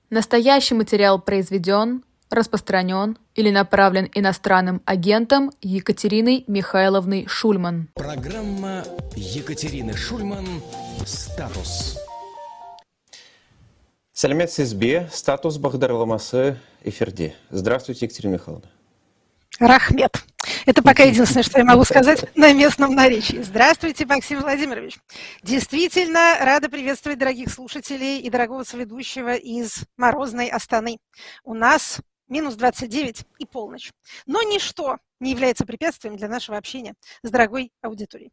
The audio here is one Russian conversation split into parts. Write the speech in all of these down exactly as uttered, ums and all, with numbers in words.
Настоящий материал произведен, распространен или направлен иностранным агентом Екатериной Михайловной Шульман. Программа Екатерины Шульман «Статус». Сәлемет сізбе, статус бағдарламасы эфирде. Здравствуйте, Екатерина Михайловна. Рахмет. Это пока единственное, что я могу сказать на местном наречии. Здравствуйте, Максим Владимирович. Действительно, рада приветствовать дорогих слушателей и дорогого соведущего из морозной Астаны. У нас минус двадцать девять и полночь. Но ничто не является препятствием для нашего общения с дорогой аудиторией.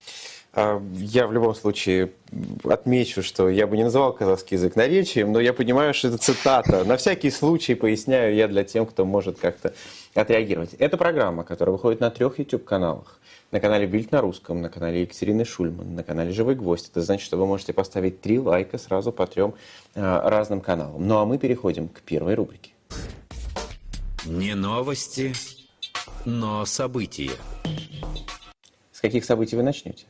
Я в любом случае отмечу, что я бы не называл казахский язык наречием, но я понимаю, что это цитата. На всякий случай поясняю я для тех, кто может как-то отреагировать. Это программа, которая выходит на трех YouTube-каналах. На канале Бильд на русском, на канале Екатерины Шульман, на канале Живой Гвоздь. Это значит, что вы можете поставить три лайка сразу по трем а, разным каналам. Ну а мы переходим к первой рубрике. Не новости, но события. С каких событий вы начнете?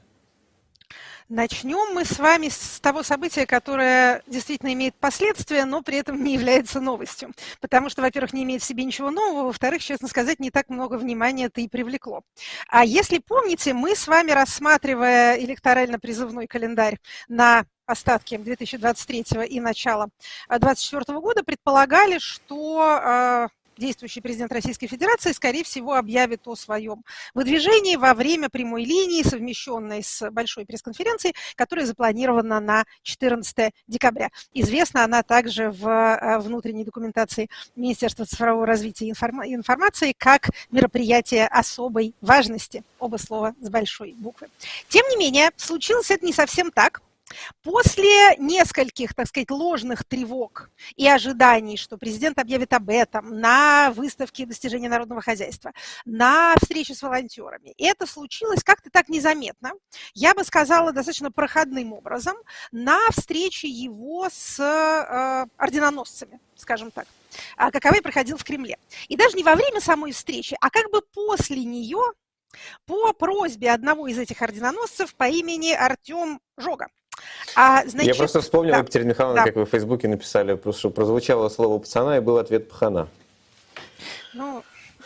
Начнем мы с вами с того события, которое действительно имеет последствия, но при этом не является новостью. Потому что, во-первых, не имеет в себе ничего нового, во-вторых, честно сказать, не так много внимания это и привлекло. А если помните, мы с вами, рассматривая электорально-призывной календарь на остатки две тысячи двадцать третьего и начало две тысячи двадцать четвёртого года, предполагали, что действующий президент Российской Федерации, скорее всего, объявит о своем выдвижении во время прямой линии, совмещенной с большой пресс-конференцией, которая запланирована на четырнадцатое декабря. Известна она также в внутренней документации Министерства цифрового развития и информации как мероприятие особой важности. Оба слова с большой буквы. Тем не менее, случилось это не совсем так. После нескольких, так сказать, ложных тревог и ожиданий, что президент объявит об этом на выставке достижения народного хозяйства, на встрече с волонтерами, это случилось как-то так незаметно, я бы сказала, достаточно проходным образом, на встрече его с э, орденоносцами, скажем так, каковой проходил в Кремле. И даже не во время самой встречи, а как бы после нее, по просьбе одного из этих орденоносцев по имени Артем Жога. А, значит, я просто вспомнил, да, Екатерина Михайловна, да. как вы в Фейсбуке написали, просто что прозвучало слово «пацана» и был ответ «пахана». Ну,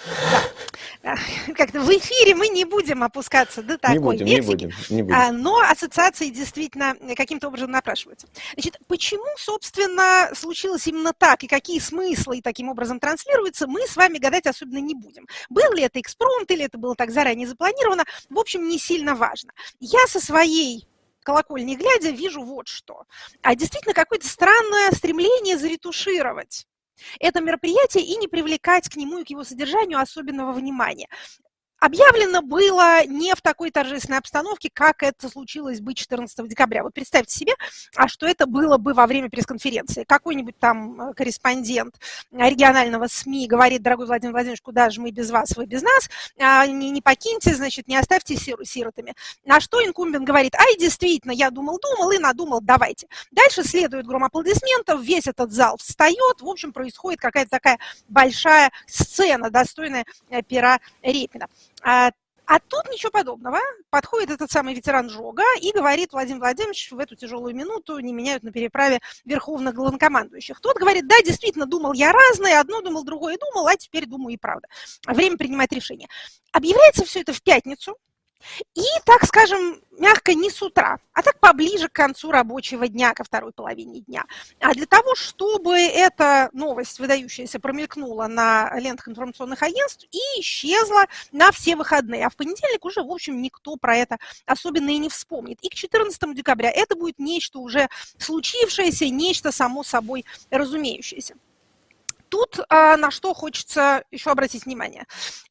да. Как-то в эфире мы не будем опускаться до такой не будем, лексики, не будем, не будем. Но ассоциации действительно каким-то образом напрашиваются. Значит, почему, собственно, случилось именно так, и какие смыслы таким образом транслируются, мы с вами гадать особенно не будем. Был ли это экспромт, или это было так заранее запланировано, в общем, не сильно важно. Я со своей колокольни глядя, вижу вот что. А действительно какое-то странное стремление заретушировать это мероприятие и не привлекать к нему и к его содержанию особенного внимания. Объявлено было не в такой торжественной обстановке, как это случилось бы четырнадцатого декабря. Вот представьте себе, а что это было бы во время пресс-конференции. Какой-нибудь там корреспондент регионального СМИ говорит: дорогой Владимир Владимирович, куда же мы без вас, вы без нас, не, не покиньте, значит, не оставьте сиротами. На что инкумбент говорит: ай, действительно, я думал-думал и надумал, давайте. Дальше следует гром аплодисментов, весь этот зал встает, в общем, происходит какая-то такая большая сцена, достойная пера Репина. А, а тут ничего подобного. Подходит этот самый ветеран Жога и говорит: Владимир Владимирович, в эту тяжелую минуту не меняют на переправе верховных главнокомандующих. Тот говорит: да, действительно, думал я разное, одно думал, другое думал, а теперь думаю и правда. Время принимать решение. Объявляется все это в пятницу. И, так скажем, мягко не с утра, а так поближе к концу рабочего дня, ко второй половине дня. А для того, чтобы эта новость выдающаяся промелькнула на лентах информационных агентств и исчезла на все выходные. А в понедельник уже, в общем, никто про это особенно и не вспомнит. И к четырнадцатому декабря это будет нечто уже случившееся, нечто само собой разумеющееся. Тут а, на что хочется еще обратить внимание.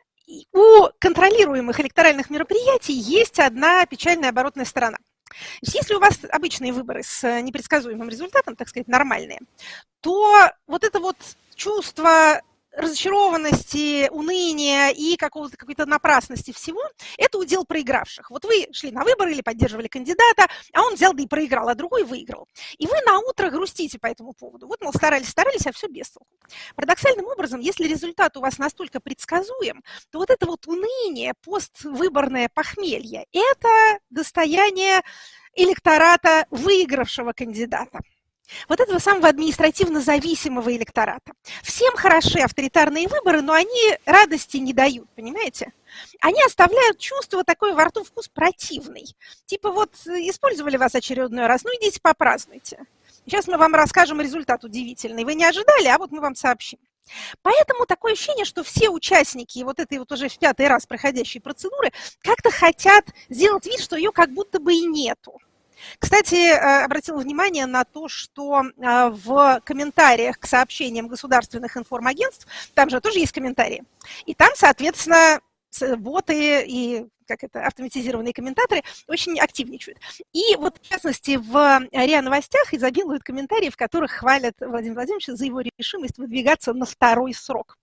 У контролируемых электоральных мероприятий есть одна печальная оборотная сторона. Если у вас обычные выборы с непредсказуемым результатом, так сказать, нормальные, то вот это вот чувство разочарованности, уныния и какого-то, какой-то напрасности всего, это удел проигравших. Вот вы шли на выборы или поддерживали кандидата, а он взял да и проиграл, а другой выиграл. И вы на утро грустите по этому поводу. Вот, мол, старались, старались, а все без толку. Парадоксальным образом, если результат у вас настолько предсказуем, то вот это вот уныние, поствыборное похмелье, это достояние электората выигравшего кандидата. вот этого самого административно зависимого электората. Всем хороши авторитарные выборы, но они радости не дают, понимаете? Они оставляют чувство такое во рту, вкус противный. Типа вот использовали вас очередной раз, ну идите попразднуйте. Сейчас мы вам расскажем результат удивительный. Вы не ожидали, а вот мы вам сообщим. Поэтому такое ощущение, что все участники вот этой вот уже в пятый раз проходящей процедуры как-то хотят сделать вид, что ее как будто бы и нету. Кстати, обратила внимание на то, что в комментариях к сообщениям государственных информагентств, там же тоже есть комментарии, и там, соответственно, боты и как это, автоматизированные комментаторы очень активничают. И вот, в частности, в РИА Новостях изобилуют комментарии, в которых хвалят Владимира Владимировича за его решимость выдвигаться на второй срок.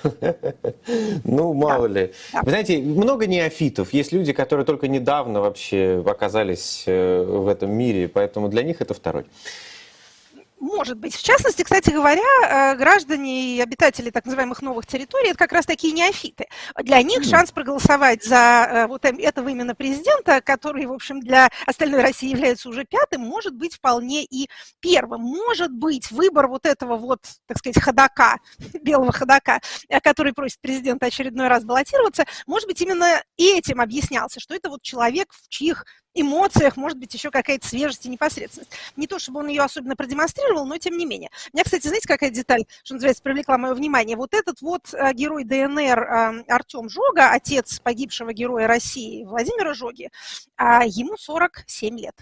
Ну, мало ли. Вы знаете, много неофитов. Есть люди, которые только недавно вообще оказались в этом мире, поэтому для них это второй. Может быть. В частности, кстати говоря, граждане и обитатели так называемых новых территорий – это как раз такие неофиты. Для них шанс проголосовать за вот этого именно президента, который, в общем, для остальной России является уже пятым, может быть вполне и первым. Может быть, выбор вот этого вот, так сказать, ходока, белого ходока, который просит президента очередной раз баллотироваться, может быть, именно этим объяснялся, что это вот человек, в чьих эмоциях, может быть, еще какая-то свежесть и непосредственность. Не то, чтобы он ее особенно продемонстрировал, но тем не менее. Меня, кстати, знаете, какая деталь, что называется, привлекла мое внимание? Вот этот вот герой ДНР Артем Жога, отец погибшего героя России Владимира Жоги, ему сорок семь лет.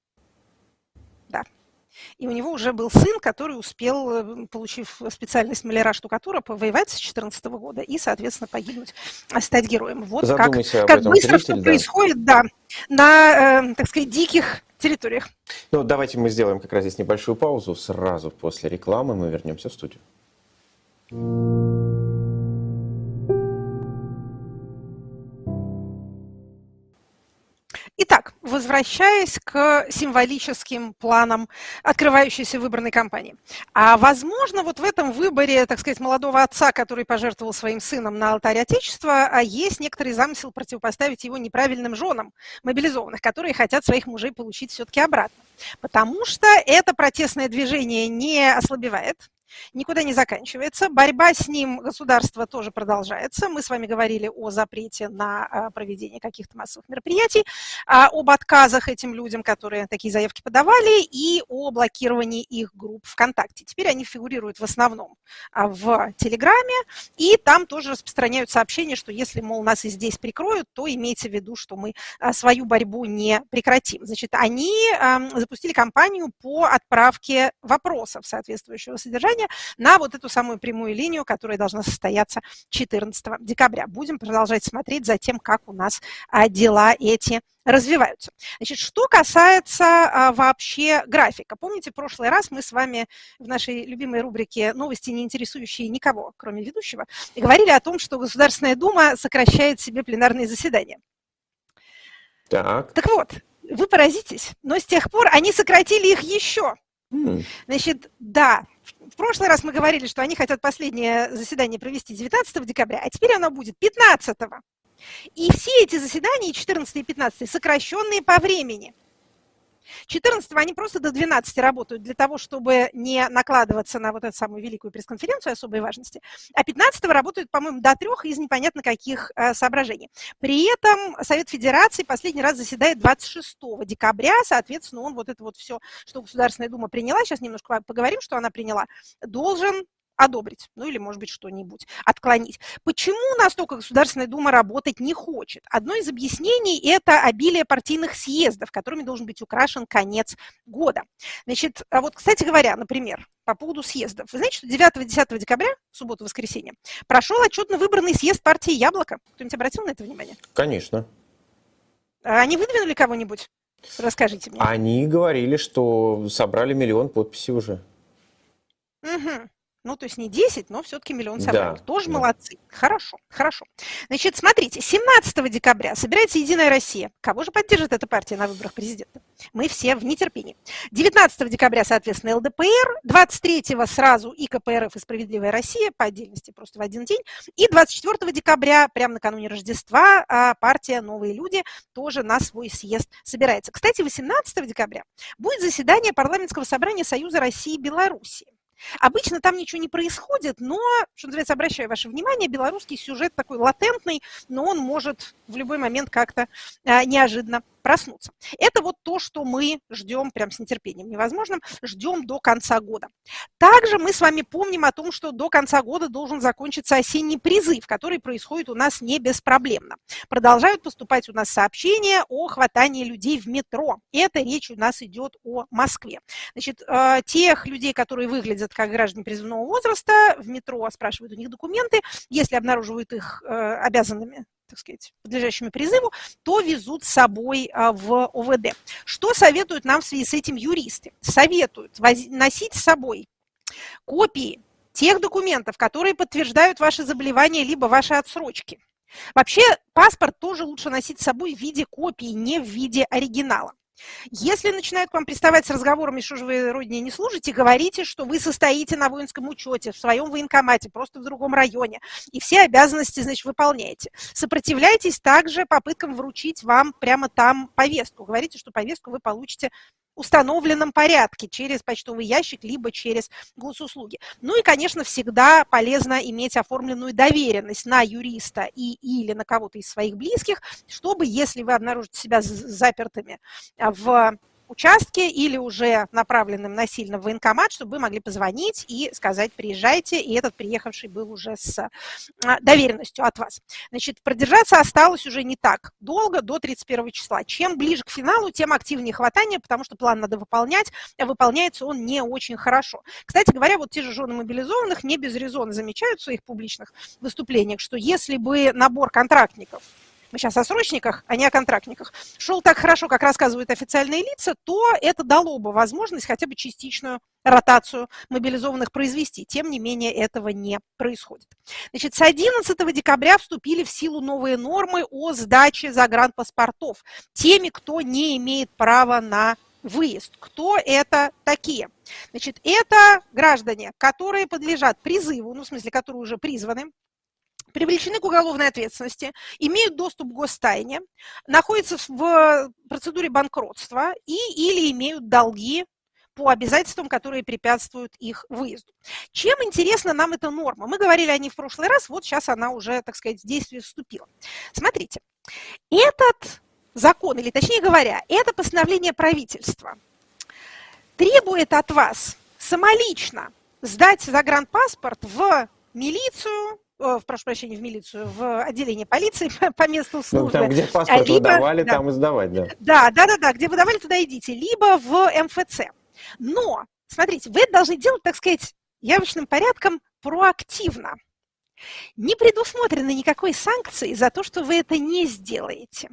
Да. И у него уже был сын, который успел, получив специальность маляра-штукатура, повоевать с две тысячи четырнадцатого года и, соответственно, погибнуть, стать героем. Вот как, как быстро зритель, все да. происходит, да, на, э, так сказать, диких территориях. Ну, давайте мы сделаем как раз здесь небольшую паузу. Сразу после рекламы мы вернемся в студию. Итак, возвращаясь к символическим планам открывающейся выборной кампании. А возможно, вот в этом выборе, так сказать, молодого отца, который пожертвовал своим сыном на алтарь Отечества, есть некоторый замысел противопоставить его неправильным женам мобилизованных, которые хотят своих мужей получить все-таки обратно. Потому что это протестное движение не ослабевает, никуда не заканчивается. Борьба с ним государства тоже продолжается. Мы с вами говорили о запрете на проведение каких-то массовых мероприятий, об отказах этим людям, которые такие заявки подавали, и о блокировании их групп ВКонтакте. Теперь они фигурируют в основном в Телеграме, и там тоже распространяют сообщения, что если, мол, нас и здесь прикроют, то имейте в виду, что мы свою борьбу не прекратим. Значит, они запустили кампанию по отправке вопросов соответствующего содержания на вот эту самую прямую линию, которая должна состояться четырнадцатого декабря. Будем продолжать смотреть за тем, как у нас дела эти развиваются. Значит, что касается а, вообще графика. Помните, в прошлый раз мы с вами в нашей любимой рубрике «Новости, не интересующие никого, кроме ведущего», говорили о том, что Государственная Дума сокращает себе пленарные заседания. Так. Так вот, вы поразитесь, но с тех пор они сократили их еще. Mm. Значит, да, в прошлый раз мы говорили, что они хотят последнее заседание провести девятнадцатого декабря, а теперь оно будет пятнадцатого. И все эти заседания, четырнадцатое и пятнадцатое, сокращенные по времени. четырнадцатого они просто до двенадцати работают для того, чтобы не накладываться на вот эту самую великую пресс-конференцию особой важности. А пятнадцатого работают, по-моему, до трех из непонятно каких э, соображений. При этом Совет Федерации последний раз заседает двадцать шестого декабря, соответственно, он вот это вот все, что Государственная Дума приняла, сейчас немножко поговорим, что она приняла, должен одобрить, ну или, может быть, что-нибудь отклонить. Почему настолько Государственная Дума работать не хочет? Одно из объяснений – это обилие партийных съездов, которыми должен быть украшен конец года. Значит, вот, кстати говоря, например, по поводу съездов. Вы знаете, что девятого-десятого декабря, в субботу-воскресенье, прошел отчетно-выборный съезд партии «Яблоко»? Кто-нибудь обратил на это внимание? Конечно. Они выдвинули кого-нибудь? Расскажите мне. Они говорили, что собрали миллион подписей уже. Угу. Ну, то есть не десять, но все-таки миллион собрали. Да, Тоже да. молодцы. Хорошо, хорошо. Значит, смотрите, семнадцатого декабря собирается «Единая Россия». Кого же поддержит эта партия на выборах президента? Мы все в нетерпении. девятнадцатого декабря, соответственно, эл дэ пэ эр. двадцать третьего сразу и ка пэ эр эф, и «Справедливая Россия», по отдельности, просто в один день. И двадцать четвёртого декабря, прямо накануне Рождества, партия «Новые люди» тоже на свой съезд собирается. Кстати, восемнадцатого декабря будет заседание парламентского собрания Союза России и Белоруссии. Обычно там ничего не происходит, но, что называется, обращаю ваше внимание, белорусский сюжет такой латентный, но он может в любой момент как-то а, неожиданно проснуться. Это вот то, что мы ждем прям с нетерпением невозможным, ждем до конца года. Также мы с вами помним о том, что до конца года должен закончиться осенний призыв, который происходит у нас не беспроблемно. Продолжают поступать у нас сообщения о хватании людей в метро. Это речь у нас идет о Москве. Значит, э, тех людей, которые выглядят как граждане призывного возраста, в метро спрашивают у них документы. Если обнаруживают их э, обязанными, так сказать, подлежащими призыву, то везут с собой в о вэ дэ. Что советуют нам в связи с этим юристы? Советуют носить с собой копии тех документов, которые подтверждают ваши заболевания либо ваши отсрочки. Вообще, паспорт тоже лучше носить с собой в виде копии, не в виде оригинала. Если начинают к вам приставать с разговорами, что же вы родине не служите, говорите, что вы состоите на воинском учете в своем военкомате, просто в другом районе, и все обязанности, значит, выполняете. Сопротивляйтесь также попыткам вручить вам прямо там повестку. Говорите, что повестку вы получите в установленном порядке через почтовый ящик, либо через госуслуги. Ну и, конечно, всегда полезно иметь оформленную доверенность на юриста и или на кого-то из своих близких, чтобы, если вы обнаружите себя запертыми в участке или уже направленным насильно в военкомат, чтобы вы могли позвонить и сказать: приезжайте, и этот приехавший был уже с доверенностью от вас. Значит, продержаться осталось уже не так долго, до тридцать первого числа. Чем ближе к финалу, тем активнее хватание, потому что план надо выполнять, а выполняется он не очень хорошо. Кстати говоря, вот те же жены мобилизованных не без резона замечают в своих публичных выступлениях, что если бы набор контрактников, мы сейчас о срочниках, а не о контрактниках, шел так хорошо, как рассказывают официальные лица, то это дало бы возможность хотя бы частичную ротацию мобилизованных произвести. Тем не менее, этого не происходит. Значит, с одиннадцатого декабря вступили в силу новые нормы о сдаче загранпаспортов теми, кто не имеет права на выезд. Кто это такие? Значит, это граждане, которые подлежат призыву, ну, в смысле, которые уже призваны, привлечены к уголовной ответственности, имеют доступ к гостайне, находятся в процедуре банкротства и или имеют долги по обязательствам, которые препятствуют их выезду. Чем интересна нам эта норма? Мы говорили о ней в прошлый раз, вот сейчас она уже, так сказать, в действие вступила. Смотрите, этот закон, или точнее говоря, это постановление правительства требует от вас самолично сдать загранпаспорт в милицию, в, прошу прощения, в милицию, в отделение полиции по месту службы. Ну, там, где паспорт либо, выдавали, да, там и сдавать, да. Да, да, да, да, где выдавали, туда идите, либо в эм эф цэ. Но, смотрите, вы это должны делать, так сказать, явочным порядком проактивно. Не предусмотрено никакой санкции за то, что вы это не сделаете.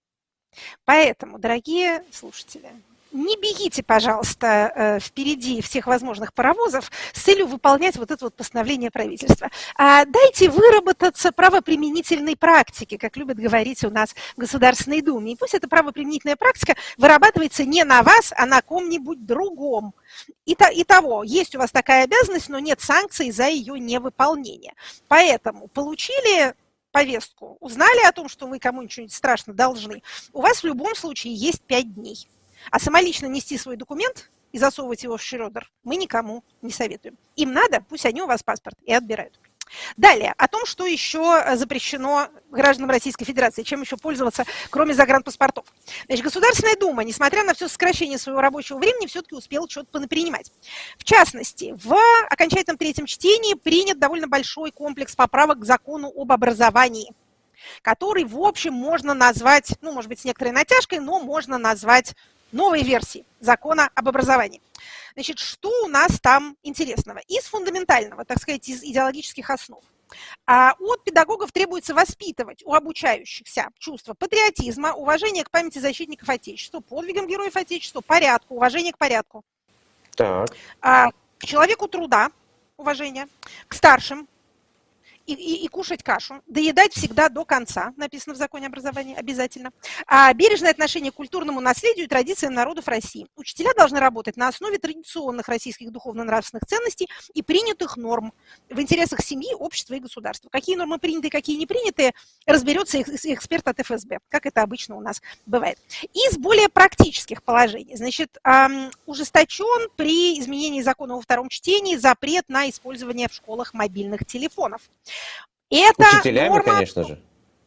Поэтому, дорогие слушатели, не бегите, пожалуйста, впереди всех возможных паровозов с целью выполнять вот это вот постановление правительства. А дайте выработаться правоприменительной практике, как любят говорить у нас в Государственной Думе. И пусть эта правоприменительная практика вырабатывается не на вас, а на ком-нибудь другом. Итого, есть у вас такая обязанность, но нет санкций за ее невыполнение. Поэтому получили повестку, узнали о том, что вы кому-нибудь что-нибудь страшно должны, у вас в любом случае есть пять дней. А самолично нести свой документ и засовывать его в шредер мы никому не советуем. Им надо, пусть они у вас паспорт и отбирают. Далее, о том, что еще запрещено гражданам Российской Федерации, чем еще пользоваться, кроме загранпаспортов. Значит, Государственная Дума, несмотря на все сокращение своего рабочего времени, все-таки успела что-то понапринимать. В частности, в окончательном третьем чтении принят довольно большой комплекс поправок к закону об образовании, который, в общем, можно назвать, ну, может быть, с некоторой натяжкой, но можно назвать новой версии закона об образовании. Значит, что у нас там интересного? Из фундаментального, так сказать, из идеологических основ. А от педагогов требуется воспитывать у обучающихся чувство патриотизма, уважение к памяти защитников Отечества, подвигам героев Отечества, порядку, уважение к порядку. Так. А, к человеку труда, уважение, к старшим, И, и, и кушать кашу, доедать всегда до конца, написано в законе образования, обязательно. А бережное отношение к культурному наследию и традициям народов России. Учителя должны работать на основе традиционных российских духовно-нравственных ценностей и принятых норм в интересах семьи, общества и государства. Какие нормы приняты, какие не приняты, разберется эксперт от эф эс бэ, как это обычно у нас бывает. Из более практических положений, значит, эм, ужесточен при изменении закона во втором чтении запрет на использование в школах мобильных телефонов. Это Учителями, норма, конечно же.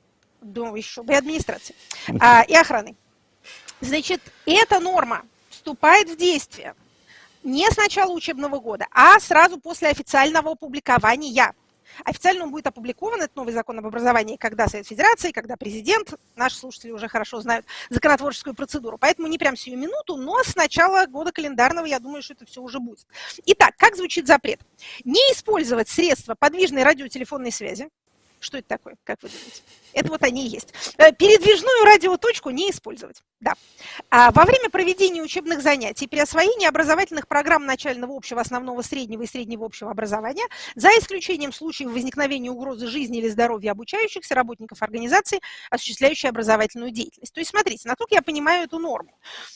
Да, еще бы и администрации, а, и охраны. Значит, эта норма вступает в действие не с начала учебного года, а сразу после официального опубликования. Официально он будет опубликован, это новый закон об образовании, когда Совет Федерации, когда президент, наши слушатели уже хорошо знают законотворческую процедуру, поэтому не прям сию минуту, но с начала года календарного, я думаю, что это все уже будет. Итак, как звучит запрет? Не использовать средства подвижной радиотелефонной связи. Что это такое, как вы думаете? Это вот они и есть. Передвижную радиоточку не использовать. Да. А во время проведения учебных занятий при освоении образовательных программ начального, общего, основного, среднего и среднего общего образования, за исключением случаев возникновения угрозы жизни или здоровья обучающихся работников организации, осуществляющей образовательную деятельность. То есть, смотрите, насколько я понимаю эту норму.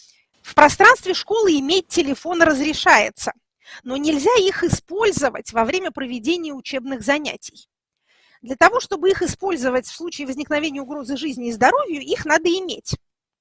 В пространстве школы иметь телефон разрешается, но нельзя их использовать во время проведения учебных занятий. Для того, чтобы их использовать в случае возникновения угрозы жизни и здоровью, их надо иметь.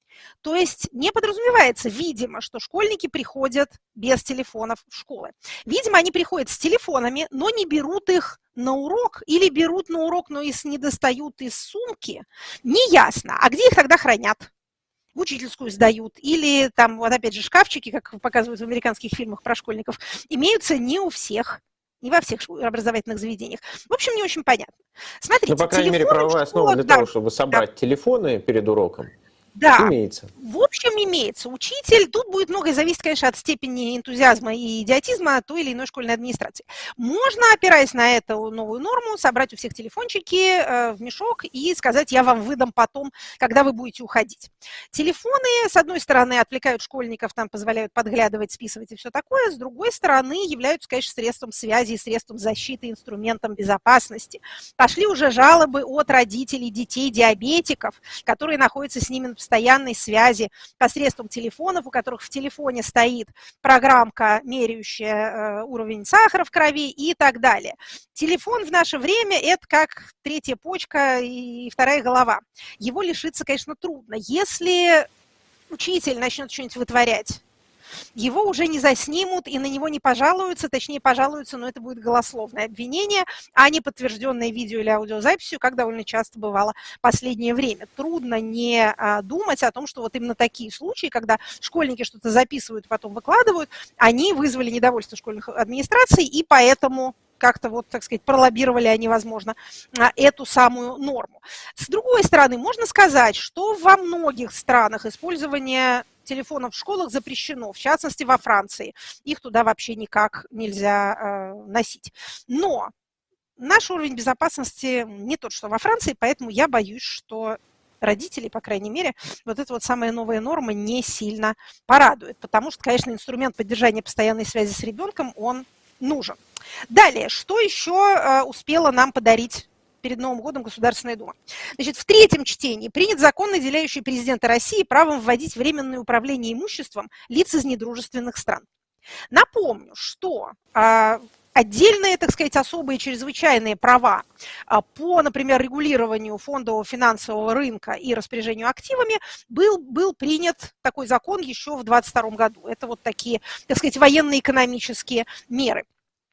То есть не подразумевается, видимо, что школьники приходят без телефонов в школы. Видимо, они приходят с телефонами, но не берут их на урок или берут на урок, но их не достают из сумки. Неясно. А где их тогда хранят? В учительскую сдают. Или там, вот опять же, шкафчики, как показывают в американских фильмах про школьников, имеются не у всех. Не во всех образовательных заведениях. В общем, не очень понятно. Смотрите, ну, по крайней мере, правовая основа для да, того, чтобы собрать да. телефоны перед уроком, да. имеется. В общем, имеется. Учитель, тут будет многое зависеть, конечно, от степени энтузиазма и идиотизма той или иной школьной администрации. Можно, опираясь на эту новую норму, собрать у всех телефончики э, в мешок и сказать, я вам выдам потом, когда вы будете уходить. Телефоны, с одной стороны, отвлекают школьников, там позволяют подглядывать, списывать и все такое, с другой стороны, являются, конечно, средством связи, средством защиты, инструментом безопасности. Пошли уже жалобы от родителей детей-диабетиков, которые находятся с ними на постоянной связи посредством телефонов, у которых в телефоне стоит программка, меряющая э, уровень сахара в крови и так далее. Телефон в наше время – это как третья почка и вторая голова. Его лишиться, конечно, трудно. Если учитель начнет что-нибудь вытворять, его уже не заснимут и на него не пожалуются, точнее пожалуются, но это будет голословное обвинение, а не подтвержденное видео или аудиозаписью, как довольно часто бывало в последнее время. Трудно не а, думать о том, что вот именно такие случаи, когда школьники что-то записывают и потом выкладывают, они вызвали недовольство школьных администраций и поэтому как-то вот, так сказать, пролоббировали они, возможно, эту самую норму. С другой стороны, можно сказать, что во многих странах использование телефонов в школах запрещено, в частности, во Франции. Их туда вообще никак нельзя э, носить. Но наш уровень безопасности не тот, что во Франции, поэтому я боюсь, что родителей, по крайней мере, вот эта вот самая новая норма не сильно порадует, потому что, конечно, инструмент поддержания постоянной связи с ребенком, он нужен. Далее, что еще э, успела нам подарить перед Новым годом Государственная Дума? Значит, в третьем чтении принят закон, наделяющий президента России правом вводить временное управление имуществом лиц из недружественных стран. Напомню, что э, отдельные, так сказать, особые чрезвычайные права э, по, например, регулированию фондового финансового рынка и распоряжению активами был, был принят такой закон еще в двадцать втором году. Это вот такие, так сказать, военно-экономические меры.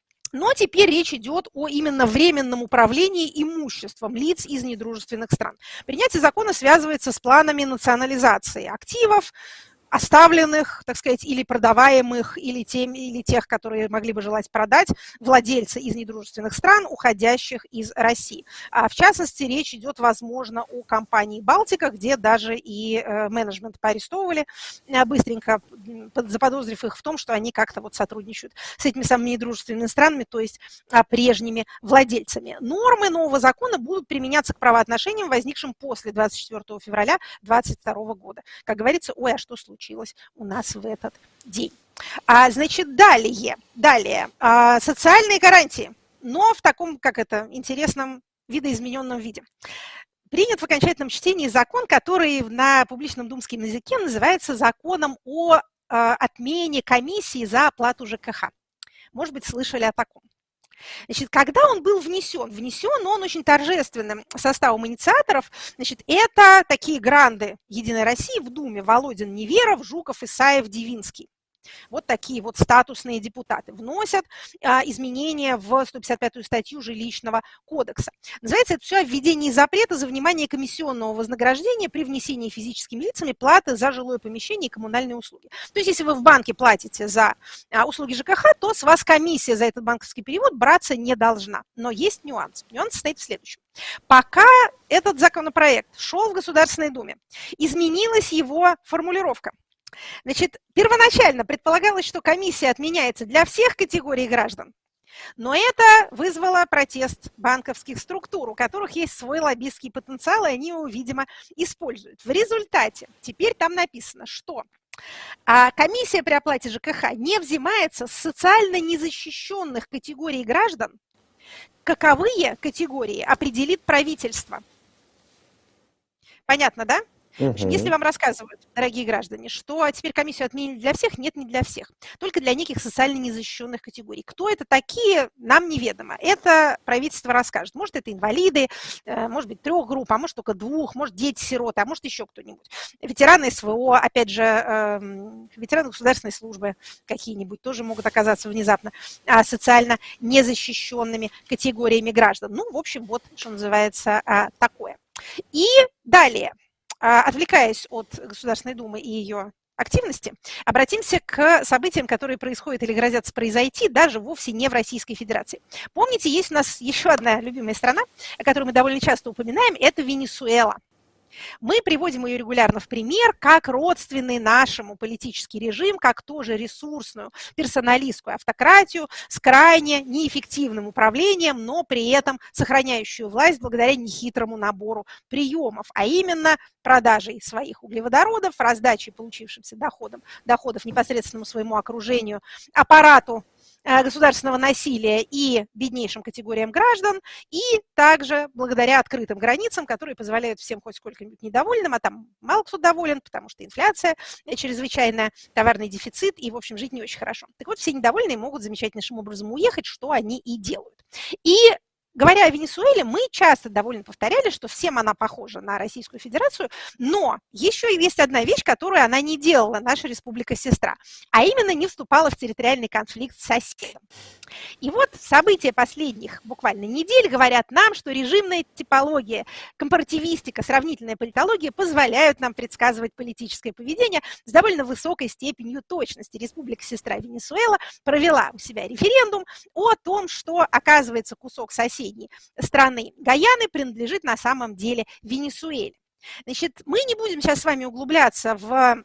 Но теперь речь идет о именно временном управлении имуществом лиц из недружественных стран. Принятие закона связывается с планами национализации активов, оставленных, так сказать, или продаваемых, или, тем, или тех, которые могли бы желать продать, владельцы из недружественных стран, уходящих из России. А в частности, речь идет, возможно, о компании «Балтика», где даже и э, менеджмент поарестовывали, э, быстренько заподозрив их в том, что они как-то вот сотрудничают с этими самыми недружественными странами, то есть а, прежними владельцами. Нормы нового закона будут применяться к правоотношениям, возникшим после двадцать четвёртого февраля две тысячи двадцать второго года. Как говорится, ой, а что случилось? случилось у нас в этот день. А, значит, далее, далее, а, социальные гарантии, но в таком, как это, интересном видоизмененном виде. Принят в окончательном чтении закон, который на публичном думском языке называется законом о э, отмене комиссии за оплату ЖКХ. Может быть, слышали о таком. Значит, когда он был внесен? Внесен он очень торжественным составом инициаторов. Значит, это такие гранды Единой России в Думе: Володин, Неверов, Жуков, Исаев, Дивинский. Вот такие вот статусные депутаты вносят а, изменения в сто пятьдесят пятую статью Жилищного кодекса. Называется это все о введении запрета за внимание комиссионного вознаграждения при внесении физическими лицами платы за жилое помещение и коммунальные услуги. То есть, если вы в банке платите за а, услуги ЖКХ, то с вас комиссия за этот банковский перевод браться не должна. Но есть нюанс. Нюанс состоит в следующем. Пока этот законопроект шел в Государственной Думе, изменилась его формулировка. Значит, первоначально предполагалось, что комиссия отменяется для всех категорий граждан, но это вызвало протест банковских структур, у которых есть свой лоббистский потенциал, и они его, видимо, используют. В результате теперь там написано, что комиссия при оплате ЖКХ не взимается с социально незащищенных категорий граждан, каковые категории определит правительство. Понятно, да? Угу. Если вам рассказывают, дорогие граждане, что теперь комиссию отменили для всех, нет, не для всех, только для неких социально незащищенных категорий. Кто это такие, нам неведомо. Это правительство расскажет. Может, это инвалиды, может быть, трех групп, а может, только двух, может, дети-сироты, а может, еще кто-нибудь. Ветераны СВО, опять же, ветераны государственной службы какие-нибудь тоже могут оказаться внезапно социально незащищенными категориями граждан. Ну, в общем, вот, что называется, такое. И далее. Отвлекаясь от Государственной Думы и ее активности, обратимся к событиям, которые происходят или грозятся произойти даже вовсе не в Российской Федерации. Помните, есть у нас еще одна любимая страна, о которой мы довольно часто упоминаем, это Венесуэла. Мы приводим ее регулярно в пример как родственный нашему политический режим, как тоже ресурсную персоналистскую автократию с крайне неэффективным управлением, но при этом сохраняющую власть благодаря нехитрому набору приемов, а именно продажей своих углеводородов, раздачей получившимся доходом, доходов непосредственному своему окружению, аппарату государственного насилия и беднейшим категориям граждан, и также благодаря открытым границам, которые позволяют всем хоть сколько-нибудь недовольным, а там мало кто доволен, потому что инфляция чрезвычайная, товарный дефицит, и, в общем, жить не очень хорошо. Так вот, все недовольные могут замечательнейшим образом уехать, что они и делают. И говоря о Венесуэле, мы часто довольно повторяли, что всем она похожа на Российскую Федерацию, но еще и есть одна вещь, которую она не делала, наша республика-сестра, а именно не вступала в территориальный конфликт с соседом. И вот события последних буквально недель говорят нам, что режимная типология, компаративистика, сравнительная политология позволяют нам предсказывать политическое поведение с довольно высокой степенью точности. Республика-сестра Венесуэла провела у себя референдум о том, что, оказывается, кусок соседней страны Гаяны принадлежит на самом деле Венесуэле. Значит, мы не будем сейчас с вами углубляться в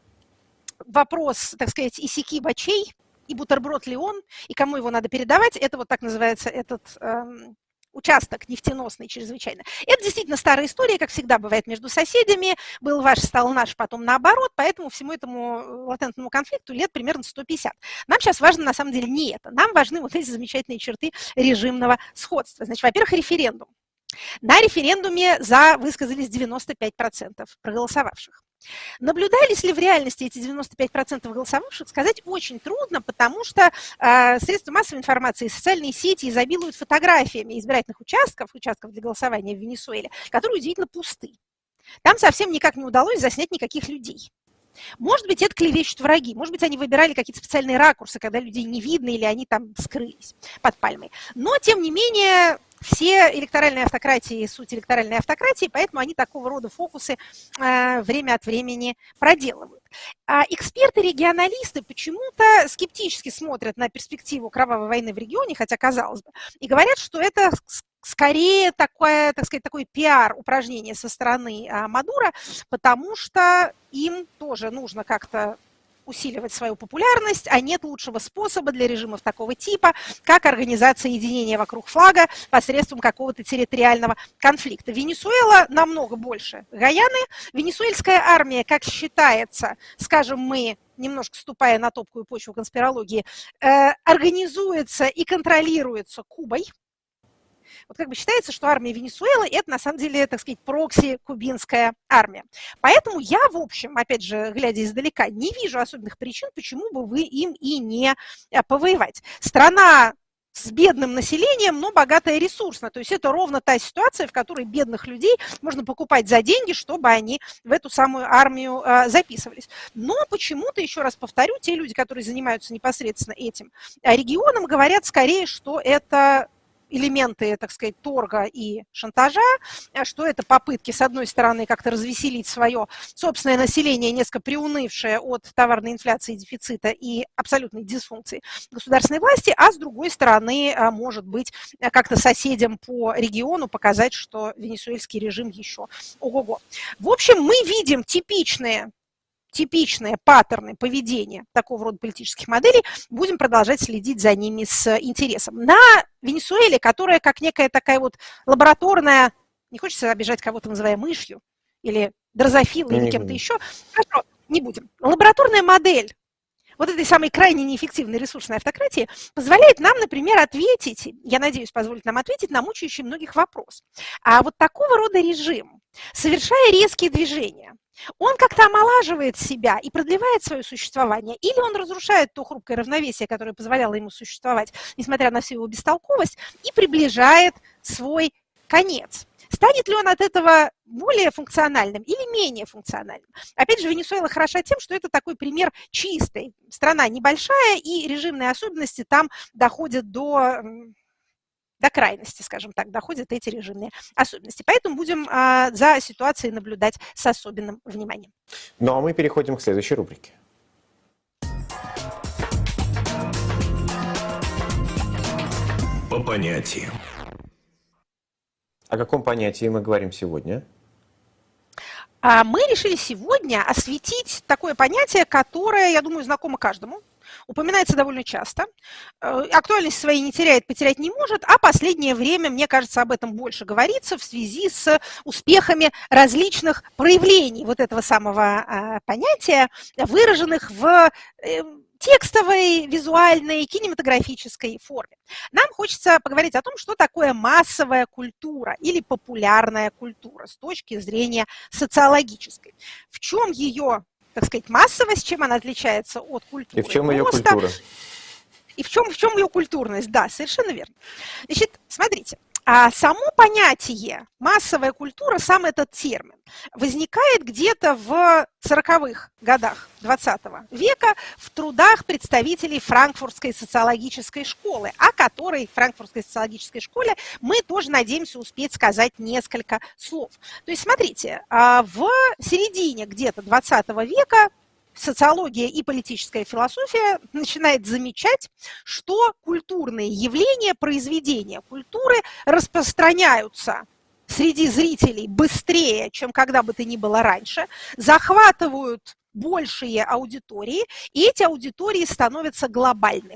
вопрос, так сказать, исяки бачей, и бутерброд ли он, и кому его надо передавать. Это вот так называется этот эм, участок нефтеносный чрезвычайно. Это действительно старая история, как всегда бывает между соседями. Был ваш, стал наш, потом наоборот, поэтому всему этому латентному конфликту лет примерно сто пятьдесят. Нам сейчас важно на самом деле не это. Нам важны вот эти замечательные черты режимного сходства. Значит, во-первых, референдум. На референдуме «за» высказались девяносто пять процентов проголосовавших. Наблюдались ли в реальности эти девяносто пять процентов голосовавших, сказать очень трудно, потому что э, средства массовой информации и социальные сети изобилуют фотографиями избирательных участков, участков для голосования в Венесуэле, которые удивительно пусты. Там совсем никак не удалось заснять никаких людей. Может быть, это клевещут враги, может быть, они выбирали какие-то специальные ракурсы, когда людей не видно или они там скрылись под пальмой. Но, тем не менее, все электоральные автократии – суть электоральной автократии, поэтому они такого рода фокусы э, время от времени проделывают. А эксперты-регионалисты почему-то скептически смотрят на перспективу кровавой войны в регионе, хотя казалось бы, и говорят, что это скорее такое, так сказать, такой пиар-упражнение со стороны а, Мадуро, потому что им тоже нужно как-то усиливать свою популярность, а нет лучшего способа для режимов такого типа, как организация единения вокруг флага посредством какого-то территориального конфликта. Венесуэла намного больше Гаяны. Венесуэльская армия, как считается, скажем мы, немножко ступая на топкую почву конспирологии, э, организуется и контролируется Кубой. Вот как бы считается, что армия Венесуэлы – это, на самом деле, так сказать, прокси-кубинская армия. Поэтому я, в общем, опять же, глядя издалека, не вижу особенных причин, почему бы вы им и не повоевать. Страна с бедным населением, но богатая ресурсно. То есть это ровно та ситуация, в которой бедных людей можно покупать за деньги, чтобы они в эту самую армию э, записывались. Но почему-то, еще раз повторю, те люди, которые занимаются непосредственно этим регионом, говорят скорее, что это элементы, так сказать, торга и шантажа, что это попытки, с одной стороны, как-то развеселить свое собственное население, несколько приунывшее от товарной инфляции, дефицита и абсолютной дисфункции государственной власти, а с другой стороны, может быть, как-то соседям по региону показать, что венесуэльский режим еще ого-го. В общем, мы видим типичные типичные паттерны поведения такого рода политических моделей, будем продолжать следить за ними с интересом. На Венесуэле, которая как некая такая вот лабораторная, не хочется обижать кого-то, называя мышью, или дрозофилой, или кем-то еще, хорошо, не будем. Лабораторная модель вот этой самой крайне неэффективной ресурсной автократии позволяет нам, например, ответить, я надеюсь, позволит нам ответить на мучающий многих вопрос. А вот такого рода режим, совершая резкие движения, он как-то омолаживает себя и продлевает свое существование, или он разрушает то хрупкое равновесие, которое позволяло ему существовать, несмотря на всю его бестолковость, и приближает свой конец. Станет ли он от этого более функциональным или менее функциональным? Опять же, Венесуэла хороша тем, что это такой пример чистой. Страна небольшая, и режимные особенности там доходят до... до крайности, скажем так, доходят эти режимные особенности. Поэтому будем а, за ситуацией наблюдать с особенным вниманием. Ну, а мы переходим к следующей рубрике. По понятиям. О каком понятии мы говорим сегодня? А мы решили сегодня осветить такое понятие, которое, я думаю, знакомо каждому. Упоминается довольно часто, актуальность своей не теряет, потерять не может, а последнее время, мне кажется, об этом больше говорится в связи с успехами различных проявлений вот этого самого понятия, выраженных в текстовой, визуальной, кинематографической форме. Нам хочется поговорить о том, что такое массовая культура или популярная культура с точки зрения социологической. В чем ее, так сказать, массовость, чем она отличается от культуры. И в чем ее культура? И в чем, в чем ее культурность, да, совершенно верно. Значит, смотрите, а само понятие массовая культура, сам этот термин, возникает где-то в сороковых годах двадцатого века в трудах представителей Франкфуртской социологической школы, о которой, Франкфуртской социологической школе, мы тоже надеемся успеть сказать несколько слов. То есть, смотрите, в середине где-то двадцатого века социология и политическая философия начинает замечать, что культурные явления, произведения культуры распространяются среди зрителей быстрее, чем когда бы то ни было раньше, захватывают большие аудитории, и эти аудитории становятся глобальны.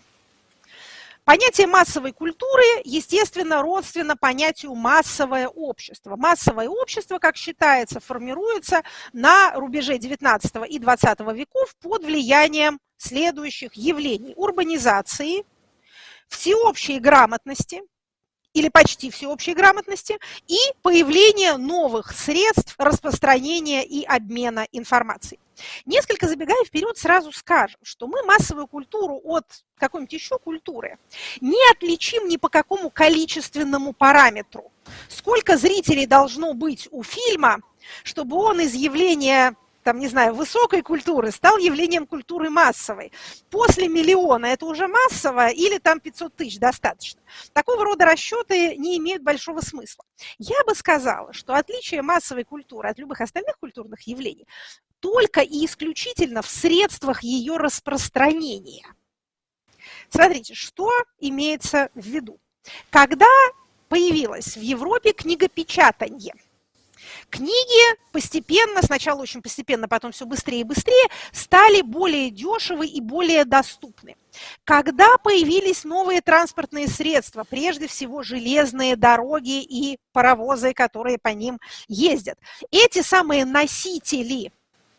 Понятие массовой культуры, естественно, родственно понятию массовое общество. Массовое общество, как считается, формируется на рубеже девятнадцатого и двадцатого веков под влиянием следующих явлений: урбанизации, всеобщей грамотности, или почти всеобщей грамотности, и появление новых средств распространения и обмена информацией. Несколько забегая вперед, сразу скажем, что мы массовую культуру от какой-нибудь еще культуры не отличим ни по какому количественному параметру. Сколько зрителей должно быть у фильма, чтобы он из явления, там, не знаю, высокой культуры стал явлением культуры массовой. После миллиона это уже массово или там пятьсот тысяч достаточно. Такого рода расчеты не имеют большого смысла. Я бы сказала, что отличие массовой культуры от любых остальных культурных явлений только и исключительно в средствах ее распространения. Смотрите, что имеется в виду. Когда появилось в Европе книгопечатание, Книги постепенно, сначала очень постепенно, потом все быстрее и быстрее, стали более дешевы и более доступны. Когда появились новые транспортные средства, прежде всего железные дороги и паровозы, которые по ним ездят, эти самые носители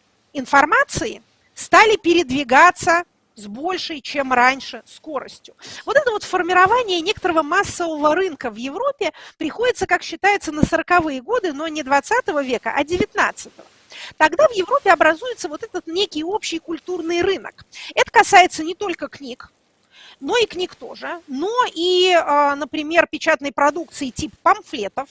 информации стали передвигаться с большей, чем раньше, скоростью. Вот это вот формирование некоторого массового рынка в Европе приходится, как считается, на сороковые годы, но не двадцатого века, а девятнадцатого. Тогда в Европе образуется вот этот некий общий культурный рынок. Это касается не только книг, но и книг тоже, но и, например, печатной продукции типа памфлетов,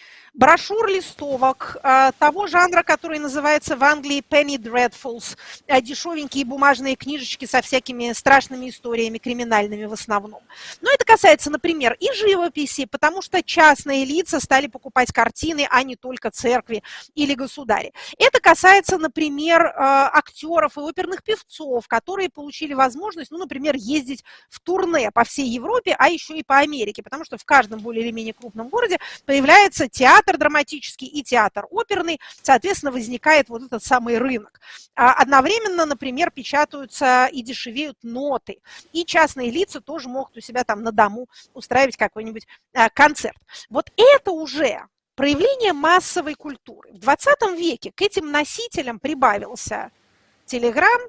брошюр, листовок, того жанра, который называется в Англии penny dreadfuls, дешевенькие бумажные книжечки со всякими страшными историями, криминальными в основном. Но это касается, например, и живописи, потому что частные лица стали покупать картины, а не только церкви или государи. Это касается, например, актеров и оперных певцов, которые получили возможность, ну, например, ездить в турне по всей Европе, а еще и по Америке, потому что в каждом более или менее крупном городе появляется театр, театр драматический и театр оперный, соответственно, возникает вот этот самый рынок. Одновременно, например, печатаются и дешевеют ноты, и частные лица тоже могут у себя там на дому устраивать какой-нибудь концерт. Вот это уже проявление массовой культуры. В двадцатом веке к этим носителям прибавился телеграф,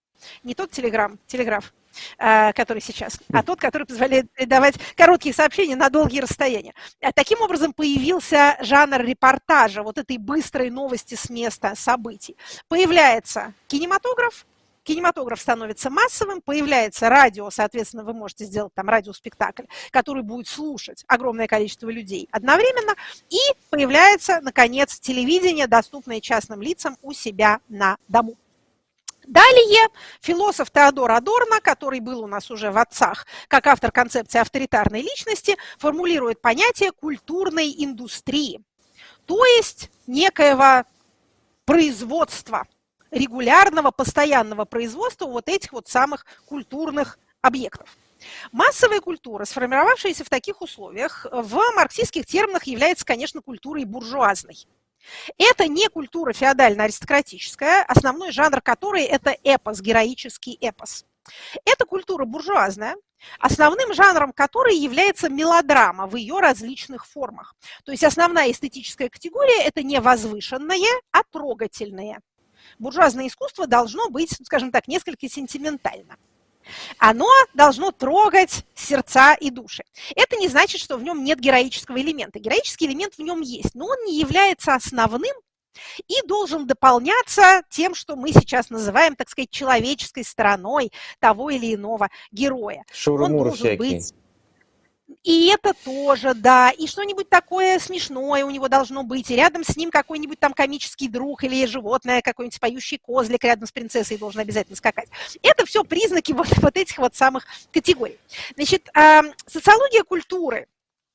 не тот телеграмм, телеграф, который сейчас, а тот, который позволяет передавать короткие сообщения на долгие расстояния. Таким образом появился жанр репортажа, вот этой быстрой новости с места событий. Появляется кинематограф, кинематограф становится массовым, появляется радио, соответственно, вы можете сделать там радиоспектакль, который будет слушать огромное количество людей одновременно, и появляется, наконец, телевидение, доступное частным лицам у себя на дому. Далее философ Теодор Адорно, который был у нас уже в «Отцах», как автор концепции авторитарной личности, формулирует понятие культурной индустрии, то есть некоего производства, регулярного, постоянного производства вот этих вот самых культурных объектов. Массовая культура, сформировавшаяся в таких условиях, в марксистских терминах является, конечно, культурой буржуазной. Это не культура феодально-аристократическая, основной жанр которой – это эпос, героический эпос. Это культура буржуазная, основным жанром которой является мелодрама в ее различных формах. То есть основная эстетическая категория – это не возвышенное, а трогательное. Буржуазное искусство должно быть, скажем так, несколько сентиментально. Оно должно трогать сердца и души. Это не значит, что в нем нет героического элемента. Героический элемент в нем есть, но он не является основным и должен дополняться тем, что мы сейчас называем, так сказать, человеческой стороной того или иного героя. Шурмур он должен всякий. быть... И это тоже, да, и что-нибудь такое смешное у него должно быть, и рядом с ним какой-нибудь там комический друг или животное, какой-нибудь поющий козлик рядом с принцессой должен обязательно скакать. Это все признаки вот, вот этих вот самых категорий. Значит, социология культуры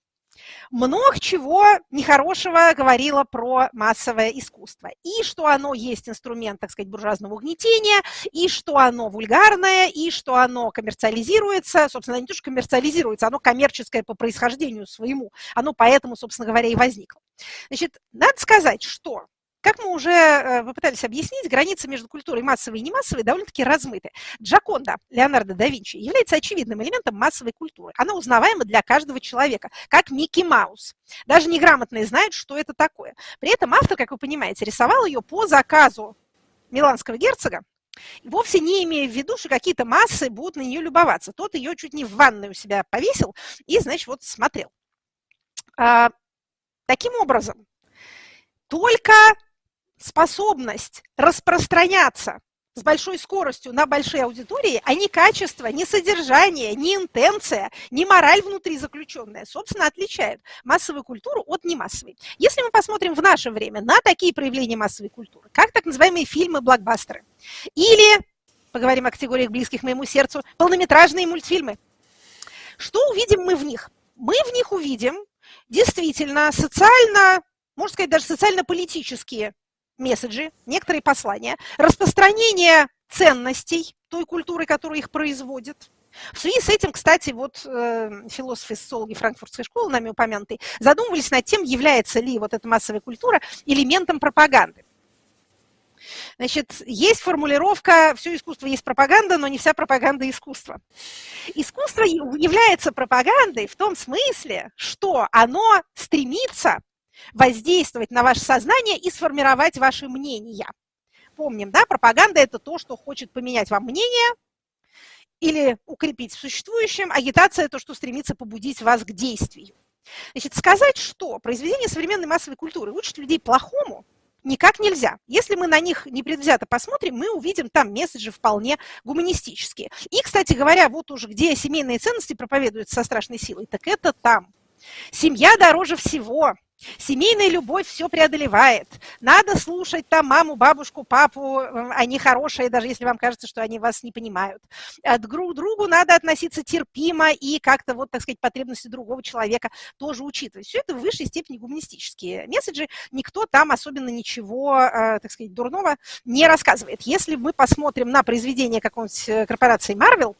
много чего нехорошего говорила про массовое искусство. И что оно есть инструмент, так сказать, буржуазного угнетения, и что оно вульгарное, и что оно коммерциализируется. Собственно, не то, что коммерциализируется, оно коммерческое по происхождению своему. Оно поэтому, собственно говоря, и возникло. Значит, надо сказать, что... Как мы уже попытались объяснить, границы между культурой массовой и немассовой довольно-таки размыты. Джоконда Леонардо да Винчи является очевидным элементом массовой культуры. Она узнаваема для каждого человека, как Микки Маус. Даже неграмотные знают, что это такое. При этом автор, как вы понимаете, рисовал ее по заказу миланского герцога, вовсе не имея в виду, что какие-то массы будут на нее любоваться. Тот ее чуть не в ванной у себя повесил и, значит, вот смотрел. А, таким образом, только способность распространяться с большой скоростью на большие аудитории, а не качество, не содержание, не интенция, не мораль внутри заключенная, собственно, отличают массовую культуру от немассовой. Если мы посмотрим в наше время на такие проявления массовой культуры, как так называемые фильмы-блокбастеры, или, поговорим о категориях, близких моему сердцу, полнометражные мультфильмы, что увидим мы в них? Мы в них увидим действительно социально, можно сказать, даже социально-политические месседжи, некоторые послания, распространение ценностей той культуры, которая их производит. В связи с этим, кстати, вот э, философы и социологи франкфуртской школы, нами упомянутые, задумывались над тем, является ли вот эта массовая культура элементом пропаганды. Значит, есть формулировка «все искусство есть пропаганда, но не вся пропаганда искусство». Искусство является пропагандой в том смысле, что оно стремится воздействовать на ваше сознание и сформировать ваши мнения. Помним, да, пропаганда – это то, что хочет поменять вам мнение или укрепить в существующем. Агитация – это то, что стремится побудить вас к действию. Значит, сказать, что произведения современной массовой культуры учат людей плохому, никак нельзя. Если мы на них непредвзято посмотрим, мы увидим там месседжи вполне гуманистические. И, кстати говоря, вот уже где семейные ценности проповедуются со страшной силой, так это там. Семья дороже всего. Семейная любовь все преодолевает. Надо слушать там маму, бабушку, папу. Они хорошие, даже если вам кажется, что они вас не понимают. Друг к другу надо относиться терпимо и как-то, вот, так сказать, потребности другого человека тоже учитывать. Все это в высшей степени гуманистические месседжи. Никто там особенно ничего, так сказать, дурного не рассказывает. Если мы посмотрим на произведение какой-нибудь корпорации Marvel,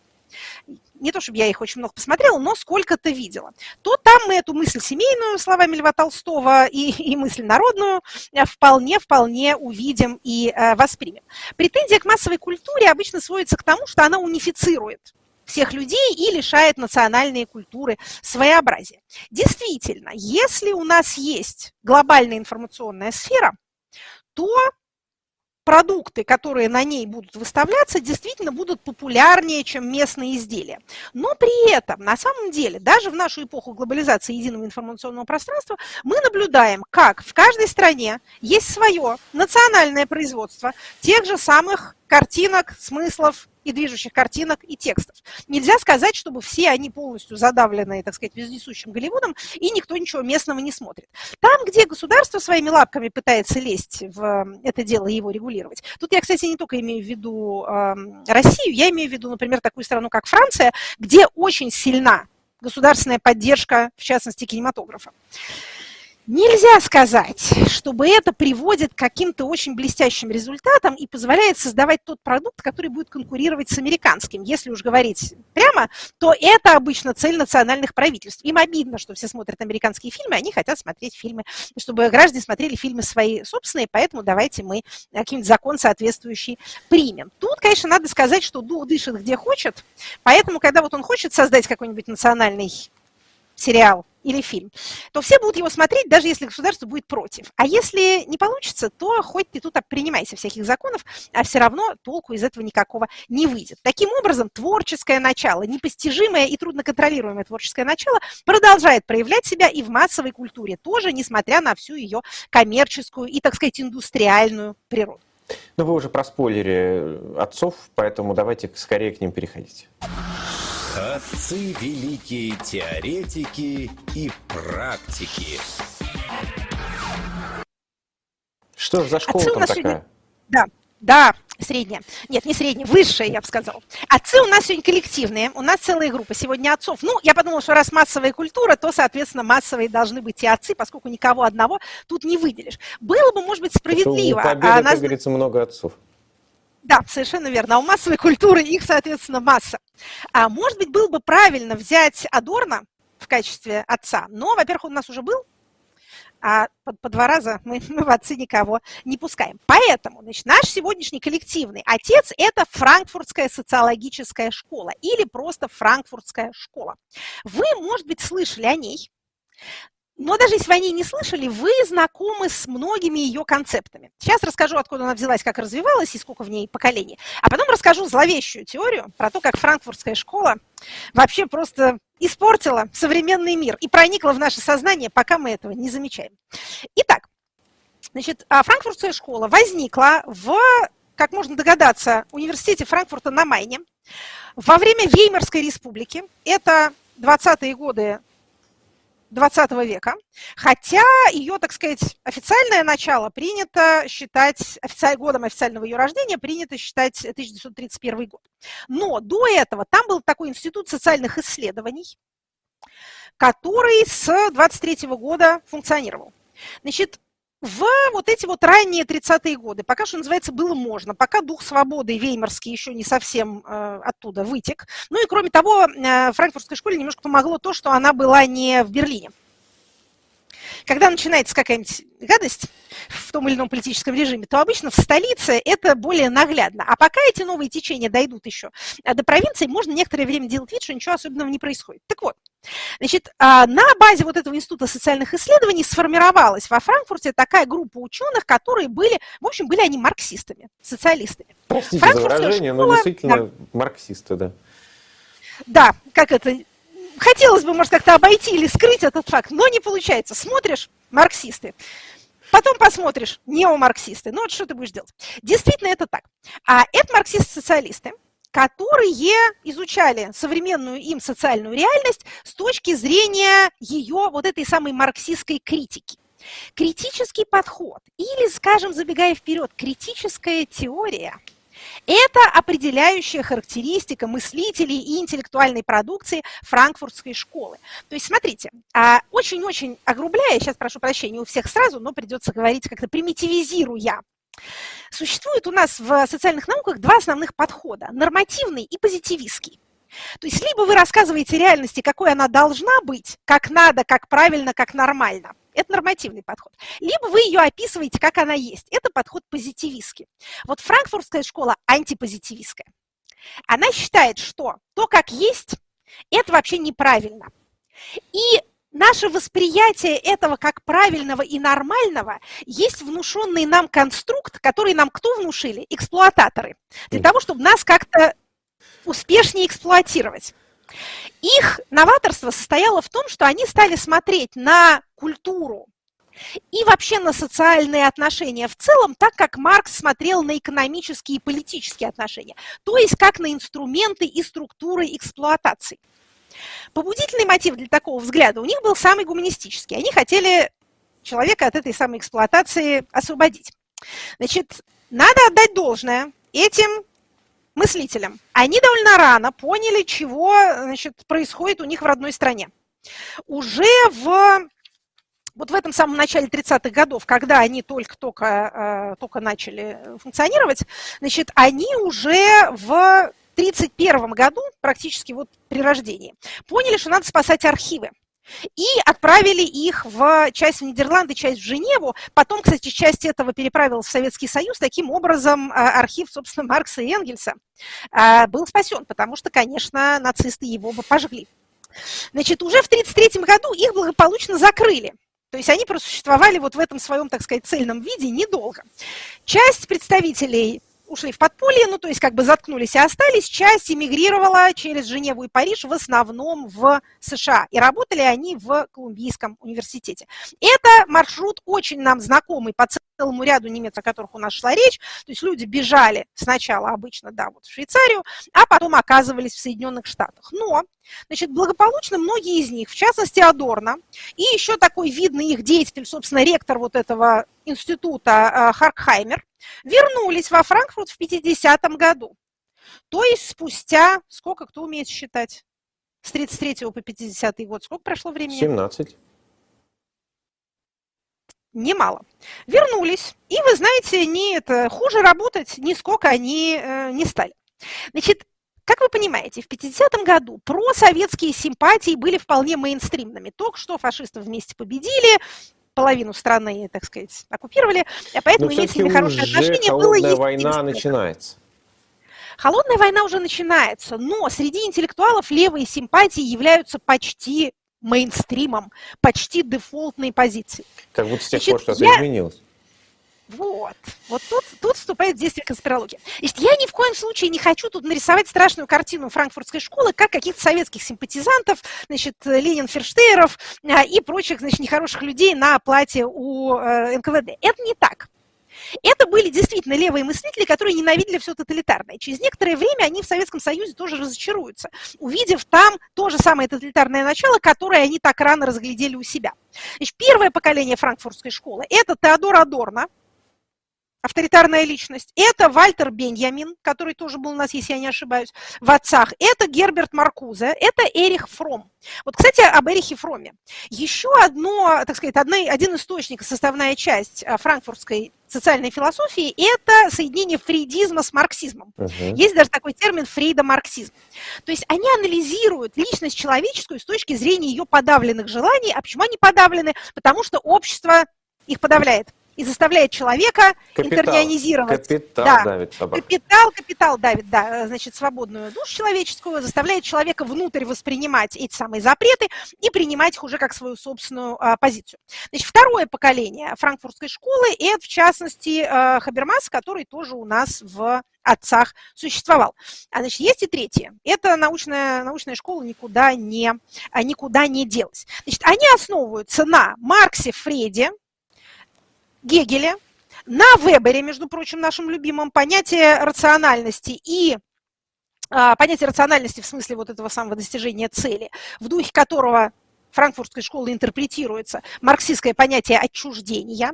не то чтобы я их очень много посмотрела, но сколько-то видела, то там мы эту мысль семейную, словами Льва Толстого, и, и мысль народную вполне-вполне увидим и э, воспримем. Претензия к массовой культуре обычно сводится к тому, что она унифицирует всех людей и лишает национальные культуры своеобразия. Действительно, если у нас есть глобальная информационная сфера, то продукты, которые на ней будут выставляться, действительно будут популярнее, чем местные изделия. Но при этом, на самом деле, даже в нашу эпоху глобализации единого информационного пространства, мы наблюдаем, как в каждой стране есть свое национальное производство тех же самых картинок, смыслов и движущих картинок и текстов. Нельзя сказать, чтобы все они полностью задавлены, так сказать, вездесущим Голливудом, и никто ничего местного не смотрит. Там, где государство своими лапками пытается лезть в это дело и его регулировать. Тут я, кстати, не только имею в виду э, Россию, я имею в виду, например, такую страну, как Франция, где очень сильна государственная поддержка, в частности, кинематографа. Нельзя сказать, чтобы это приводит к каким-то очень блестящим результатам и позволяет создавать тот продукт, который будет конкурировать с американским. Если уж говорить прямо, то это обычно цель национальных правительств. Им обидно, что все смотрят американские фильмы, они хотят смотреть фильмы, чтобы граждане смотрели фильмы свои собственные, поэтому давайте мы какой-нибудь закон соответствующий примем. Тут, конечно, надо сказать, что дух дышит где хочет, поэтому, когда вот он хочет создать какой-нибудь национальный сериал или фильм, то все будут его смотреть, даже если государство будет против. А если не получится, то хоть ты тут принимайся всяких законов, а все равно толку из этого никакого не выйдет. Таким образом, творческое начало, непостижимое и трудноконтролируемое творческое начало продолжает проявлять себя и в массовой культуре тоже, несмотря на всю ее коммерческую и, так сказать, индустриальную природу. Ну, вы уже проспойлерили отцов, поэтому давайте скорее к ним переходить. Отцы – великие теоретики и практики. Что за школа там такая? Сегодня... Да, да, средняя. Нет, не средняя, высшая, я бы сказала. Отцы у нас сегодня коллективные, у нас целая группа сегодня отцов. Ну, я подумала, что раз массовая культура, то, соответственно, массовые должны быть и отцы, поскольку никого одного тут не выделишь. Было бы, может быть, справедливо. У победы, а как нас... говорится, много отцов. Да, совершенно верно. А у массовой культуры их, соответственно, масса. А может быть, было бы правильно взять Адорно в качестве отца, но, во-первых, он у нас уже был, а по, по два раза мы, мы в отцы никого не пускаем. Поэтому, значит, наш сегодняшний коллективный отец – это Франкфуртская социологическая школа или просто Франкфуртская школа. Вы, может быть, слышали о ней. Но даже если вы о ней не слышали, вы знакомы с многими ее концептами. Сейчас расскажу, откуда она взялась, как развивалась и сколько в ней поколений. А потом расскажу зловещую теорию про то, как франкфуртская школа вообще просто испортила современный мир и проникла в наше сознание, пока мы этого не замечаем. Итак, значит, франкфуртская школа возникла в, как можно догадаться, университете Франкфурта на Майне во время Веймарской республики. Это двадцатые годы двадцатого века, хотя ее, так сказать, официальное начало принято считать, офици... годом официального ее рождения принято считать тысяча девятьсот тридцать первый год. Но до этого там был такой институт социальных исследований, который с двадцать третьего года функционировал. Значит, в вот эти вот ранние тридцатые годы, пока, что называется, было можно, пока дух свободы веймарский еще не совсем э, оттуда вытек. Ну и кроме того, э, франкфуртской школе немножко помогло то, что она была не в Берлине. Когда начинается какая-нибудь гадость в том или ином политическом режиме, то обычно в столице это более наглядно. А пока эти новые течения дойдут еще до провинции, можно некоторое время делать вид, что ничего особенного не происходит. Так вот, значит, на базе вот этого Института социальных исследований сформировалась во Франкфурте такая группа ученых, которые были, в общем, были они марксистами, социалистами. Простите за выражение, школа, но действительно да. марксисты, да. Да, как это... Хотелось бы, может, как-то обойти или скрыть этот факт, но не получается. Смотришь, марксисты. Потом посмотришь, неомарксисты. Ну вот что ты будешь делать? Действительно, это так. А это марксисты-социалисты, которые изучали современную им социальную реальность с точки зрения ее вот этой самой марксистской критики. Критический подход, или, скажем, забегая вперед, критическая теория – это определяющая характеристика мыслителей и интеллектуальной продукции франкфуртской школы. То есть, смотрите, очень-очень огрубляя, сейчас прошу прощения у всех сразу, но придется говорить как-то примитивизируя. Существует у нас в социальных науках два основных подхода – нормативный и позитивистский. То есть, либо вы рассказываете реальности, какой она должна быть, как надо, как правильно, как нормально. Это нормативный подход. Либо вы ее описываете, как она есть. Это подход позитивистский. Вот франкфуртская школа антипозитивистская. Она считает, что то, как есть, это вообще неправильно. И наше восприятие этого как правильного и нормального есть внушенный нам конструкт, который нам кто внушили? Эксплуататоры. Для того, чтобы нас как-то успешнее эксплуатировать. Их новаторство состояло в том, что они стали смотреть на культуру и вообще на социальные отношения в целом, так как Маркс смотрел на экономические и политические отношения, то есть как на инструменты и структуры эксплуатации. Побудительный мотив для такого взгляда у них был самый гуманистический. Они хотели человека от этой самой эксплуатации освободить. Значит, надо отдать должное этим мыслителям. Они довольно рано поняли, чего, значит, происходит у них в родной стране. Уже в, вот в этом самом начале тридцатых годов, когда они только-только только начали функционировать, значит, они уже в тридцать первом году, практически вот при рождении, поняли, что надо спасать архивы. И отправили их в часть в Нидерланды, часть в Женеву. Потом, кстати, часть этого переправилась в Советский Союз. Таким образом, архив, собственно, Маркса и Энгельса был спасен, потому что, конечно, нацисты его бы пожгли. Значит, уже в тридцать третьем году их благополучно закрыли. То есть они просуществовали вот в этом своем, так сказать, цельном виде недолго. Часть представителей ушли в подполье, ну, то есть как бы заткнулись и остались, часть эмигрировала через Женеву и Париж, в основном в США. И работали они в Колумбийском университете. Это маршрут очень нам знакомый по целому ряду немцев, о которых у нас шла речь. То есть люди бежали сначала обычно, да, вот в Швейцарию, а потом оказывались в Соединенных Штатах. Но, значит, благополучно многие из них, в частности Адорно, и еще такой видный их деятель, собственно, ректор вот этого института Харкхаймер, вернулись во Франкфурт в пятидесятом году. То есть спустя, сколько, кто умеет считать? С тридцать третьего по пятидесятый год. Сколько прошло времени? семнадцать. Немало. Вернулись. И, вы знаете, не это, хуже работать нисколько они э, не стали. Значит, как вы понимаете, в пятидесятом году просоветские симпатии были вполне мейнстримными. Только что фашисты вместе победили, половину страны, так сказать, оккупировали, а поэтому иметь с ними хорошие отношения было естественно. Холодная война начинается. Холодная война уже начинается, но среди интеллектуалов левые симпатии являются почти мейнстримом, почти дефолтной позицией. Как будто с тех Значит, пор что-то я... изменилось. Вот. Вот тут, тут вступает в действие конспирология. Значит, я ни в коем случае не хочу тут нарисовать страшную картину франкфуртской школы, как каких-то советских симпатизантов, значит, Ленин-Ферштейеров а, и прочих, значит, нехороших людей на оплате у э, эн ка вэ дэ. Это не так. Это были действительно левые мыслители, которые ненавидели все тоталитарное. Через некоторое время они в Советском Союзе тоже разочаруются, увидев там то же самое тоталитарное начало, которое они так рано разглядели у себя. Значит, первое поколение франкфуртской школы – это Теодор Адорно, авторитарная личность. Это Вальтер Беньямин, который тоже был у нас, если я не ошибаюсь, в «Отцах». Это Герберт Маркузе, это Эрих Фромм. Вот, кстати, об Эрихе Фромме. Еще одно, так сказать, одна, один источник, составная часть франкфуртской социальной философии – это соединение фрейдизма с марксизмом. Uh-huh. Есть даже такой термин фрейдомарксизм. То есть они анализируют личность человеческую с точки зрения ее подавленных желаний. А почему они подавлены? Потому что общество их подавляет и заставляет человека капитал, интернионизировать. Капитал да. давит собаку. Капитал, капитал давит, да, значит, свободную душу человеческую, заставляет человека внутрь воспринимать эти самые запреты и принимать их уже как свою собственную а, позицию. Значит, второе поколение франкфуртской школы – это, в частности, а, Хабермас, который тоже у нас в «Отцах» существовал. А, значит, есть и третье. Это научная, научная школа никуда не, никуда не делась. Значит, они основываются на Марксе, Фрейде, Гегеле, на Вебере, между прочим, нашем любимом, понятие рациональности и а, понятие рациональности в смысле вот этого самого достижения цели, в духе которого франкфуртской школы интерпретируется марксистское понятие отчуждения.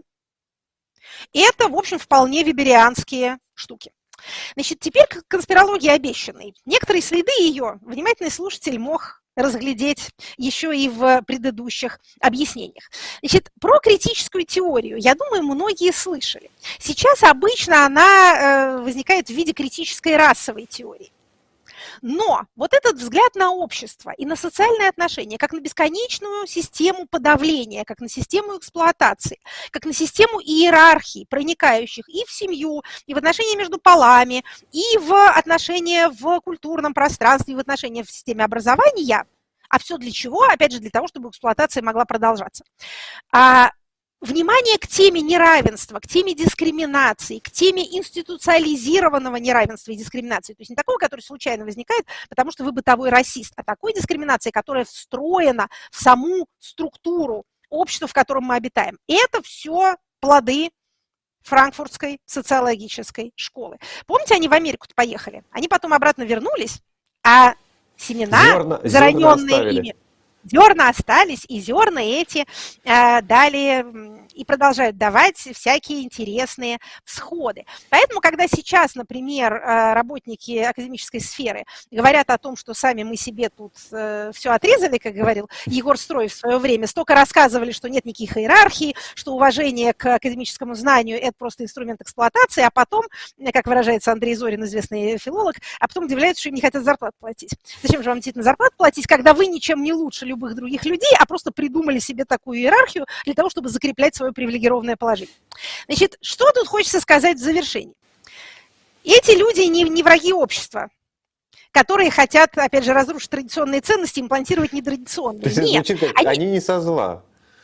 Это, в общем, вполне веберианские штуки. Значит, теперь к конспирологии обещанной. Некоторые следы ее внимательный слушатель мог разглядеть еще и в предыдущих объяснениях. Значит, про критическую теорию, я думаю, многие слышали. Сейчас обычно она э, возникает в виде критической расовой теории. Но вот этот взгляд на общество и на социальные отношения, как на бесконечную систему подавления, как на систему эксплуатации, как на систему иерархий, проникающих и в семью, и в отношения между полами, и в отношения в культурном пространстве, и в отношения в системе образования, а все для чего? Опять же, для того, чтобы эксплуатация могла продолжаться. А внимание к теме неравенства, к теме дискриминации, к теме институциализированного неравенства и дискриминации. То есть не такого, который случайно возникает, потому что вы бытовой расист, а такой дискриминации, которая встроена в саму структуру общества, в котором мы обитаем. И это все плоды франкфуртской социологической школы. Помните, они в Америку-то поехали? Они потом обратно вернулись, а семена, зерна, зараненные ими, зерна остались, и зерна эти э, дали и продолжают давать всякие интересные всходы. Поэтому, когда сейчас, например, работники академической сферы говорят о том, что сами мы себе тут э, все отрезали, как говорил Егор Строев в свое время, столько рассказывали, что нет никаких иерархий, что уважение к академическому знанию – это просто инструмент эксплуатации, а потом, как выражается Андрей Зорин, известный филолог, а потом удивляются, что им не хотят зарплату платить. Зачем же вам действительно зарплату платить, когда вы ничем не лучше любых других людей, а просто придумали себе такую иерархию для того, чтобы закреплять свое привилегированное положение. Значит, что тут хочется сказать в завершении? Эти люди не, не враги общества, которые хотят, опять же, разрушить традиционные ценности, имплантировать нетрадиционные. Нет, звучит, они... они не со зла.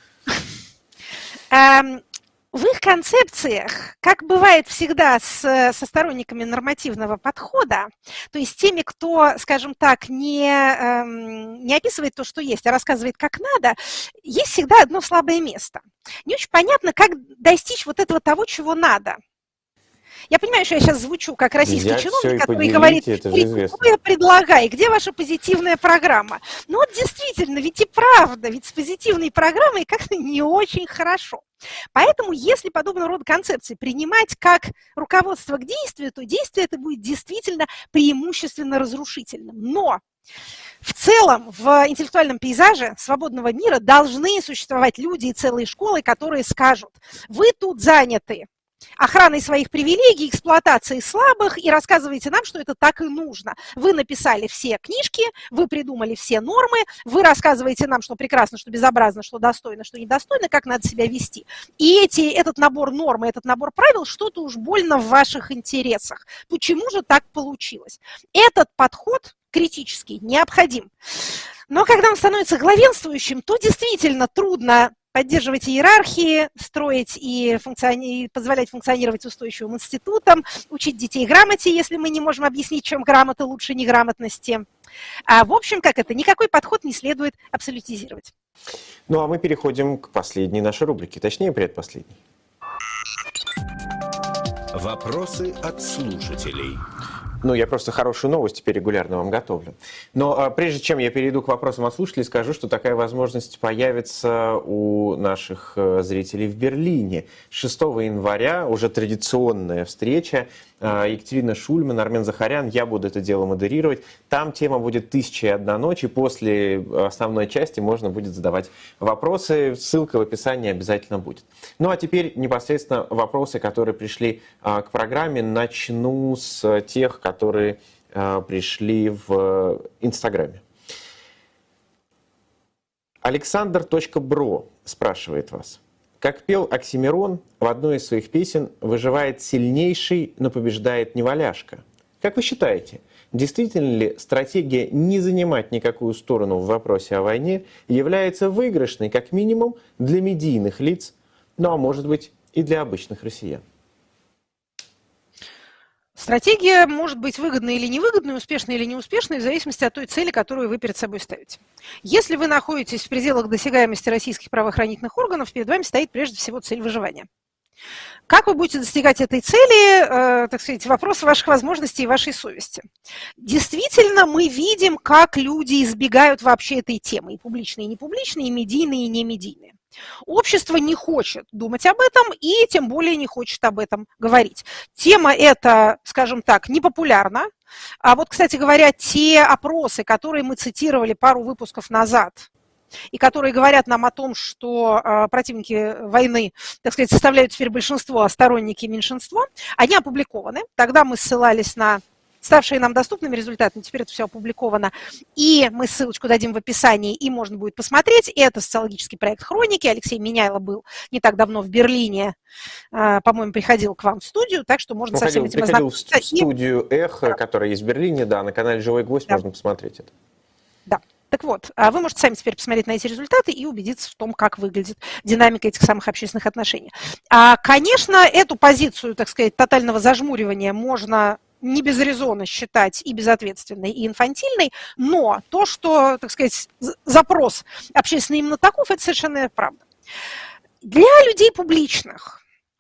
В их концепциях, как бывает всегда с, со сторонниками нормативного подхода, то есть теми, кто, скажем так, не, эм, не описывает то, что есть, а рассказывает, как надо, есть всегда одно слабое место. Не очень понятно, как достичь вот этого того, чего надо. Я понимаю, что я сейчас звучу как российский Взять чиновник, который говорит, я предлагаю, где ваша позитивная программа? Ну вот действительно, ведь и правда, ведь с позитивной программой как-то не очень хорошо. Поэтому, если подобного рода концепции принимать как руководство к действию, то действие это будет действительно преимущественно разрушительным. Но в целом в интеллектуальном пейзаже свободного мира должны существовать люди и целые школы, которые скажут, вы тут заняты охраной своих привилегий, эксплуатацией слабых, и рассказываете нам, что это так и нужно. Вы написали все книжки, вы придумали все нормы, вы рассказываете нам, что прекрасно, что безобразно, что достойно, что недостойно, как надо себя вести. И эти, этот набор норм, этот набор правил, что-то уж больно в ваших интересах. Почему же так получилось? Этот подход критический необходим. Но когда он становится главенствующим, то действительно трудно поддерживать иерархии, строить и, функциони... и позволять функционировать устойчивым институтам, учить детей грамоте, если мы не можем объяснить, чем грамота лучше неграмотности. А в общем, как это, никакой подход не следует абсолютизировать. Ну а мы переходим к последней нашей рубрике, точнее, предпоследней. Вопросы от слушателей. Ну, я просто хорошую новость теперь регулярно вам готовлю. Но а, прежде чем я перейду к вопросам от слушателей, скажу, что такая возможность появится у наших а, зрителей в Берлине. шестого января уже традиционная встреча. А, Екатерина Шульман, Армен Захарян, я буду это дело модерировать. Там тема будет «Тысяча и одна ночь», и после основной части можно будет задавать вопросы. Ссылка в описании обязательно будет. Ну, а теперь непосредственно вопросы, которые пришли а, к программе. Начну с тех, которые э, пришли в Инстаграме. Александр.бро спрашивает вас. Как пел Оксимирон в одной из своих песен, выживает сильнейший, но побеждает неваляшка. Как вы считаете, действительно ли стратегия не занимать никакую сторону в вопросе о войне является выигрышной, как минимум, для медийных лиц, ну а может быть и для обычных россиян? Стратегия может быть выгодной или невыгодной, успешной или неуспешной, в зависимости от той цели, которую вы перед собой ставите. Если вы находитесь в пределах досягаемости российских правоохранительных органов, перед вами стоит прежде всего цель выживания. Как вы будете достигать этой цели, э, так сказать, вопрос ваших возможностей и вашей совести. Действительно, мы видим, как люди избегают вообще этой темы, и публичные, и непубличные, и медийные, и немедийные. Общество не хочет думать об этом и тем более не хочет об этом говорить. Тема эта, скажем так, непопулярна. А вот, кстати говоря, те опросы, которые мы цитировали пару выпусков назад, и которые говорят нам о том, что э, противники войны, так сказать, составляют теперь большинство, а сторонники меньшинство, они опубликованы. Тогда мы ссылались на ставшие нам доступными результаты, но теперь это все опубликовано. И мы ссылочку дадим в описании, и можно будет посмотреть. Это социологический проект «Хроники». Алексей Меняйло был не так давно в Берлине, э, по-моему, приходил к вам в студию, так что можно Приходил, со всем этим приходил ознакомиться. в студию «Эхо», да, которая есть в Берлине, да, на канале «Живой гвоздь», да, можно посмотреть это. Да. Так вот, вы можете сами теперь посмотреть на эти результаты и убедиться в том, как выглядит динамика этих самых общественных отношений. Конечно, эту позицию, так сказать, тотального зажмуривания можно не без резона считать и безответственной, и инфантильной, но то, что, так сказать, запрос общественный именно таков, это совершенно правда. Для людей публичных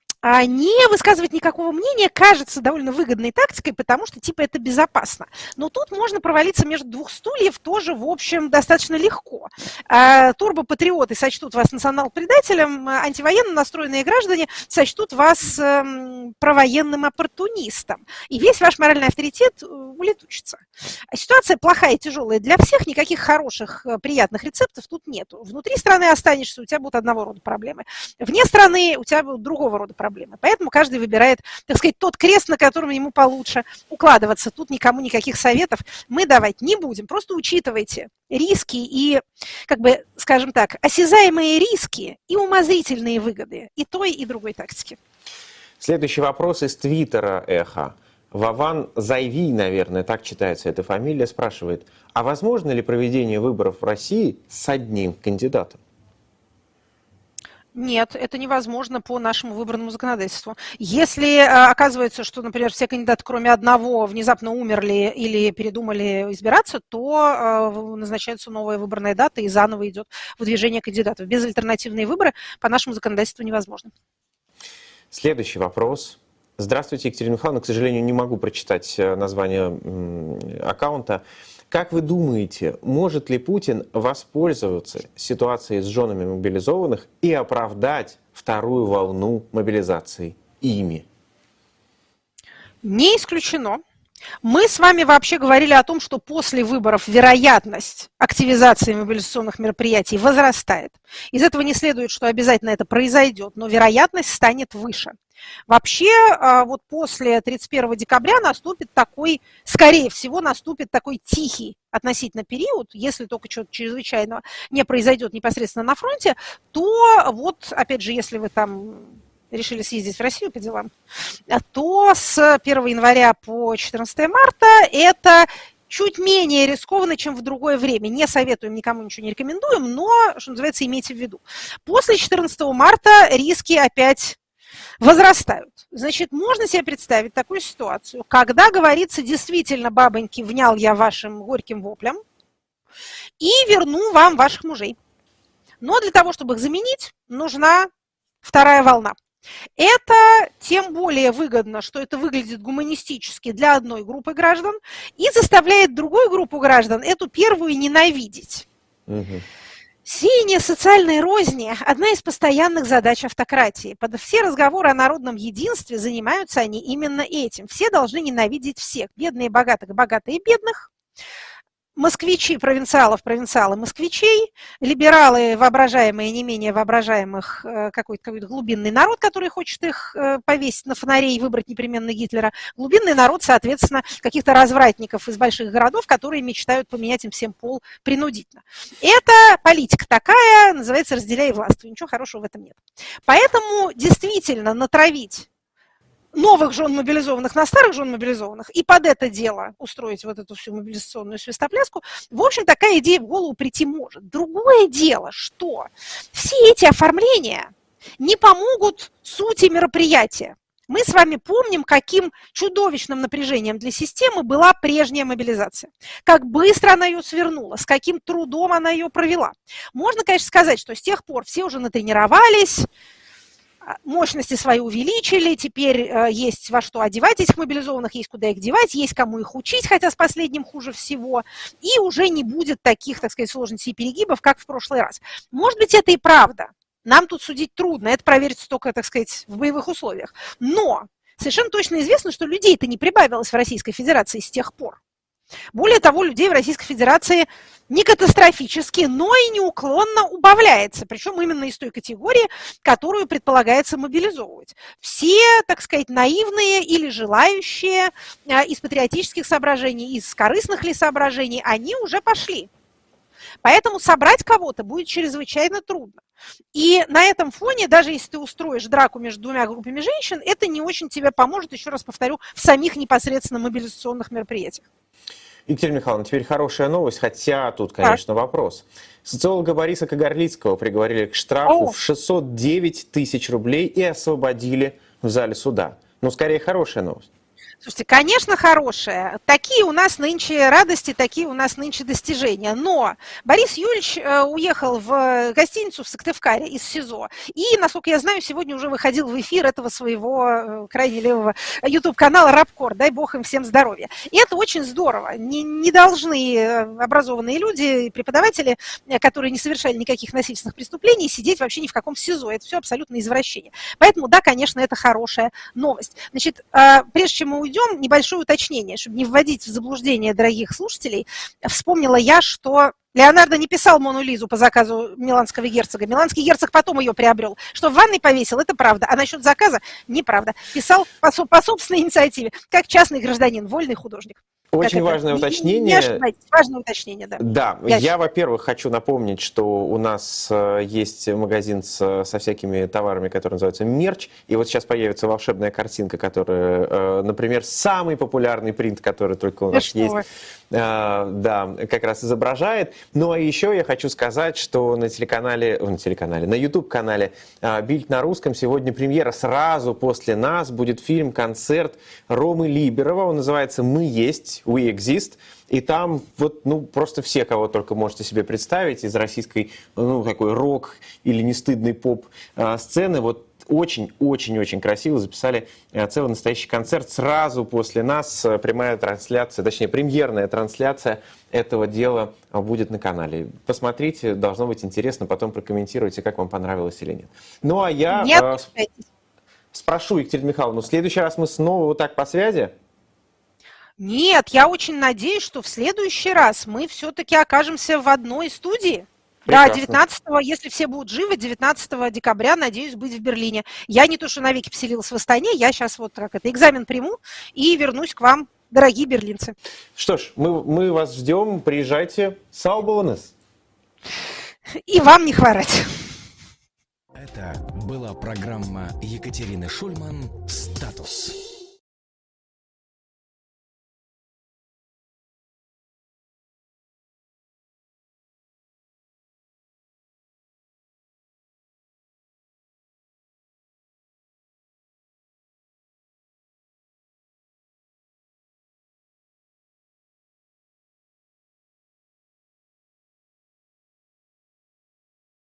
не высказывать никакого мнения кажется довольно выгодной тактикой, потому что типа это безопасно. Но тут можно провалиться между двух стульев тоже, в общем, достаточно легко. Турбопатриоты сочтут вас национал-предателем, антивоенно настроенные граждане сочтут вас провоенным оппортунистом. И весь ваш моральный авторитет улетучится. Ситуация плохая и тяжелая для всех, никаких хороших, приятных рецептов тут нету. Внутри страны останешься, у тебя будут одного рода проблемы. Вне страны у тебя будут другого рода проблемы. Поэтому каждый выбирает, так сказать, тот крест, на котором ему получше укладываться. Тут никому никаких советов мы давать не будем. Просто учитывайте риски и, как бы, скажем так, осязаемые риски и умозрительные выгоды и той, и другой тактики. Следующий вопрос из твиттера «Эхо». Вован Зайви, наверное, так читается эта фамилия, спрашивает, а возможно ли проведение выборов в России с одним кандидатом? Нет, это невозможно по нашему выборному законодательству. Если а, оказывается, что, например, все кандидаты, кроме одного, внезапно умерли или передумали избираться, то а, назначается новая выборная дата и заново идет выдвижение кандидатов. Безальтернативные выборы по нашему законодательству невозможны. Следующий вопрос. Здравствуйте, Екатерина Михайловна. К сожалению, не могу прочитать название аккаунта. Как вы думаете, может ли Путин воспользоваться ситуацией с женами мобилизованных и оправдать вторую волну мобилизации ими? Не исключено. Мы с вами вообще говорили о том, что после выборов вероятность активизации мобилизационных мероприятий возрастает. Из этого не следует, что обязательно это произойдет, но вероятность станет выше. Вообще, вот после тридцать первого декабря наступит такой, скорее всего, наступит такой тихий относительно период, если только чего-то чрезвычайного не произойдет непосредственно на фронте, то вот, опять же, если вы там решили съездить в Россию по делам, то с первого января по четырнадцатое марта это чуть менее рискованно, чем в другое время. Не советуем, никому ничего не рекомендуем, но, что называется, имейте в виду. После четырнадцатого марта риски опять возрастают. Значит, можно себе представить такую ситуацию, когда говорится, действительно, бабоньки, внял я вашим горьким воплям и верну вам ваших мужей. Но для того, чтобы их заменить, нужна вторая волна. Это тем более выгодно, что это выглядит гуманистически для одной группы граждан и заставляет другую группу граждан эту первую ненавидеть. Угу. Сеяние социальной розни – одна из постоянных задач автократии. Под все разговоры о народном единстве занимаются они именно этим. Все должны ненавидеть всех. Бедные богатых, богатые бедных. Москвичи, провинциалов, провинциалы, москвичей, либералы, воображаемые, не менее воображаемых, какой-то, какой-то глубинный народ, который хочет их повесить на фонаре и выбрать непременно Гитлера. Глубинный народ, соответственно, каких-то развратников из больших городов, которые мечтают поменять им всем пол принудительно. Это политика такая, называется «разделяй и властвуй». Ничего хорошего в этом нет. Поэтому действительно натравить новых жен мобилизованных на старых жен мобилизованных и под это дело устроить вот эту всю мобилизационную свистопляску, в общем, такая идея в голову прийти может. Другое дело, что все эти оформления не помогут сути мероприятия. Мы с вами помним, каким чудовищным напряжением для системы была прежняя мобилизация. Как быстро она ее свернула, с каким трудом она ее провела. Можно, конечно, сказать, что с тех пор все уже натренировались, мощности свои увеличили, теперь э, есть во что одевать этих мобилизованных, есть куда их девать, есть кому их учить, хотя с последним хуже всего, и уже не будет таких, так сказать, сложностей и перегибов, как в прошлый раз. Может быть, это и правда. Нам тут судить трудно, это проверить только, так сказать, в боевых условиях. Но совершенно точно известно, что людей-то не прибавилось в Российской Федерации с тех пор. Более того, людей в Российской Федерации не катастрофически, но и неуклонно убавляется, причем именно из той категории, которую предполагается мобилизовывать. Все, так сказать, наивные или желающие из патриотических соображений, из корыстных ли соображений, они уже пошли. Поэтому собрать кого-то будет чрезвычайно трудно. И на этом фоне, даже если ты устроишь драку между двумя группами женщин, это не очень тебе поможет, еще раз повторю, в самих непосредственно мобилизационных мероприятиях. Екатерина Михайловна, теперь хорошая новость, хотя тут, конечно, так. вопрос. Социолога Бориса Кагарлицкого приговорили к штрафу О. в шестьсот девять тысяч рублей и освободили в зале суда. Ну, скорее, хорошая новость. Слушайте, конечно, хорошая. Такие у нас нынче радости, такие у нас нынче достижения. Но Борис Юрьевич уехал в гостиницу в Сыктывкаре из СИЗО. И, насколько я знаю, сегодня уже выходил в эфир этого своего крайне левого YouTube-канала «Рабкор». Дай бог им всем здоровья. И это очень здорово. Не, не должны образованные люди, преподаватели, которые не совершали никаких насильственных преступлений, сидеть вообще ни в каком СИЗО. Это все абсолютно извращение. Поэтому, да, конечно, это хорошая новость. Значит, прежде чем мы уйдем, небольшое уточнение, чтобы не вводить в заблуждение дорогих слушателей. Вспомнила я, что Леонардо не писал Мону Лизу по заказу миланского герцога. Миланский герцог потом ее приобрел. Что в ванной повесил, это правда. А насчет заказа – неправда. Писал по, по собственной инициативе, как частный гражданин, вольный художник. Очень важное это? уточнение. Не, не ошибайтесь, важное уточнение, да. Да, я, я во-первых, хочу напомнить, что у нас э, есть магазин с, со всякими товарами, который называется мерч, и вот сейчас появится волшебная картинка, которая, э, например, самый популярный принт, который только у нас что есть, вы? э, да, как раз изображает. Ну, а еще я хочу сказать, что на телеканале, на телеканале, на YouTube-канале э, «Бильд на русском» сегодня премьера. Сразу после нас будет фильм-концерт Ромы Либерова, он называется «Мы есть». We Exist, и там вот, ну, просто все, кого только можете себе представить из российской, ну, такой рок или нестыдный поп сцены, вот очень-очень-очень красиво записали целый настоящий концерт. Сразу после нас прямая трансляция, точнее, премьерная трансляция этого дела будет на канале. Посмотрите, должно быть интересно, потом прокомментируйте, как вам понравилось или нет. Ну, а я нет, э, спрошу, Екатерину Михайловну, в следующий раз мы снова вот так по связи? Нет, я очень надеюсь, что в следующий раз мы все-таки окажемся в одной студии. Прекрасно. Да, девятнадцатого, если все будут живы, девятнадцатого декабря, надеюсь, быть в Берлине. Я не то, что навеки поселилась в Астане, я сейчас вот так это, экзамен приму и вернусь к вам, дорогие берлинцы. Что ж, мы, мы вас ждем, приезжайте. Саубонес. И вам не хворать. Это была программа Екатерины Шульман «Статус».